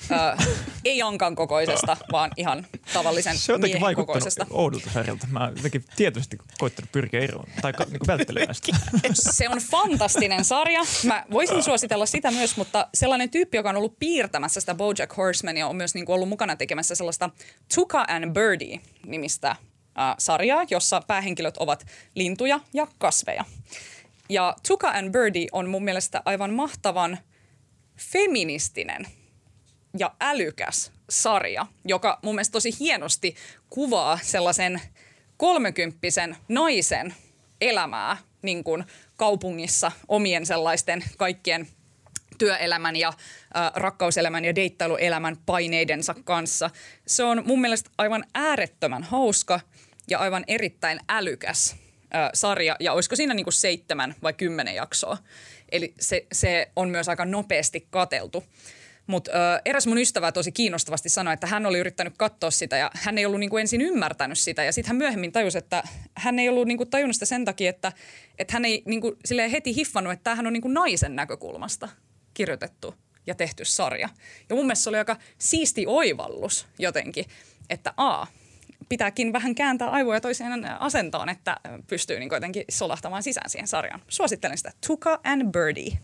Ei Ankan kokoisesta, vaan ihan tavallisen miehen kokoisesta. Se on oudolta sarjalta. Mä jotenkin tietoisesti koittanut pyrkiä eroon tai niin välttelemään sitä. Se on fantastinen sarja. Mä voisin suositella sitä myös, mutta sellainen tyyppi, joka on ollut piirtämässä sitä BoJack Horsemania, on myös niin kuin ollut mukana tekemässä sellaista Tuca and Birdie-nimistä sarjaa, jossa päähenkilöt ovat lintuja ja kasveja. Ja Tuca and Birdie on mun mielestä aivan mahtavan feministinen ja älykäs sarja, joka mun mielestä tosi hienosti kuvaa sellaisen 30-vuotiaan naisen elämää niin kuin kaupungissa omien sellaisten kaikkien työelämän ja rakkauselämän ja deittailuelämän paineidensa kanssa. Se on mun mielestä aivan äärettömän hauska ja aivan erittäin älykäs sarja. Ja olisiko siinä niin kuin 7 vai 10 jaksoa. Eli se on myös aika nopeasti katseltu. Mutta eräs mun ystävä tosi kiinnostavasti sanoi, että hän oli yrittänyt katsoa sitä ja hän ei ollut niin kuin ensin ymmärtänyt sitä. Ja sitten hän myöhemmin tajusi, että hän ei ollut niin kuin tajunnut sitä sen takia, että hän ei niin kuin silleen heti hiffannut, että tämähän on niin kuin naisen näkökulmasta kirjoitettu ja tehty sarja. Ja mun mielestä se oli aika siisti oivallus jotenkin, että pitääkin vähän kääntää aivoja toiseen asentoon, että pystyy niin jotenkin solahtamaan sisään siihen sarjaan. Suosittelen sitä Tuca and Birdie.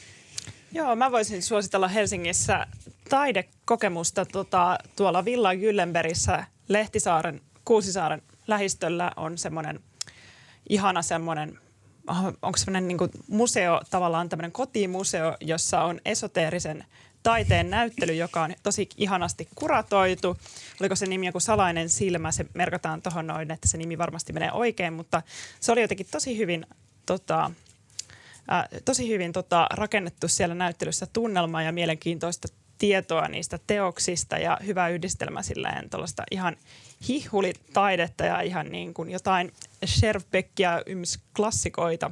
Joo, mä voisin suositella Helsingissä taidekokemusta tuolla Villa Gyllenbergissä Lehtisaaren, Kuusisaaren lähistöllä on semmoinen ihana semmoinen, onko semmoinen niin kuin museo, tavallaan tämmöinen kotimuseo, jossa on esoteerisen taiteen näyttely, joka on tosi ihanasti kuratoitu. Oliko se nimi joku Salainen silmä, se merkataan tuohon noin, että se nimi varmasti menee oikein, mutta se oli jotenkin tosi hyvin rakennettu siellä näyttelyssä tunnelmaa ja mielenkiintoista tietoa niistä teoksista ja hyvä yhdistelmä silleen tuollaista ihan hihulitaidetta ja ihan niin kuin jotain Scherfbeckia klassikoita.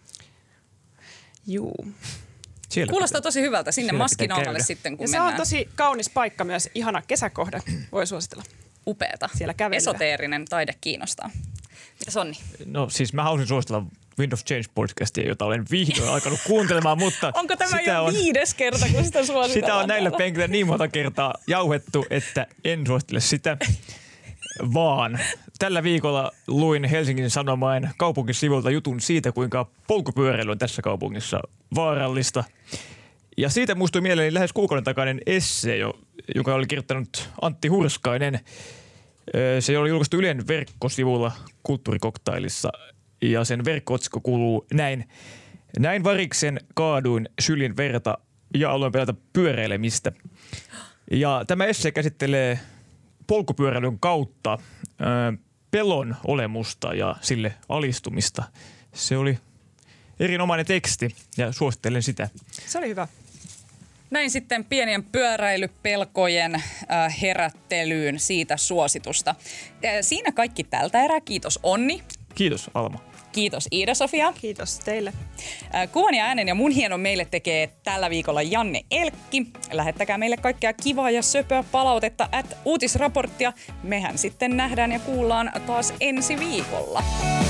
Juu. Kuulostaa tosi hyvältä sinne Maskinalmalle sitten, kun mennään. Se on tosi kaunis paikka myös, ihana kesäkohde, voi suositella. Upeata. Siellä kävellä. Esoteerinen taide kiinnostaa. Mitä Sonni? No siis mä haluaisin suositella Wind of Change -podcastia, jota olen vihdoin alkanut kuuntelemaan, mutta onko tämä jo 5. kerta, kun sitä suositellaan? Sitä on näillä penkillä niin monta kertaa jauhettu, että en suosittele sitä, vaan tällä viikolla luin Helsingin Sanomain kaupunkisivulta jutun siitä, kuinka polkupyöräily on tässä kaupungissa vaarallista. Ja siitä muistui mieleeni lähes kuukauden takainen essee, joka oli kirjoittanut Antti Hurskainen. Se oli julkaistu Ylen verkkosivulla Kulttuurikoktailissa ja sen verkko-otsikko kuuluu näin. Näin variksen kaaduin, syljin verta ja aloin pelätä pyöräilemistä. Ja tämä essee käsittelee polkupyöräilyn kautta pelon olemusta ja sille alistumista. Se oli erinomainen teksti ja suosittelen sitä. Se oli hyvä. Näin sitten pienien pyöräilypelkojen herättelyyn siitä suositusta. Siinä kaikki tältä erää. Kiitos Onni. Kiitos Alma. Kiitos Iida-Sofia. Kiitos teille. Kuvan ja äänen ja mun hienon meille tekee tällä viikolla Janne Elkki. Lähettäkää meille kaikkea kivaa ja söpöä palautetta @uutisraporttia. Mehän sitten nähdään ja kuullaan taas ensi viikolla.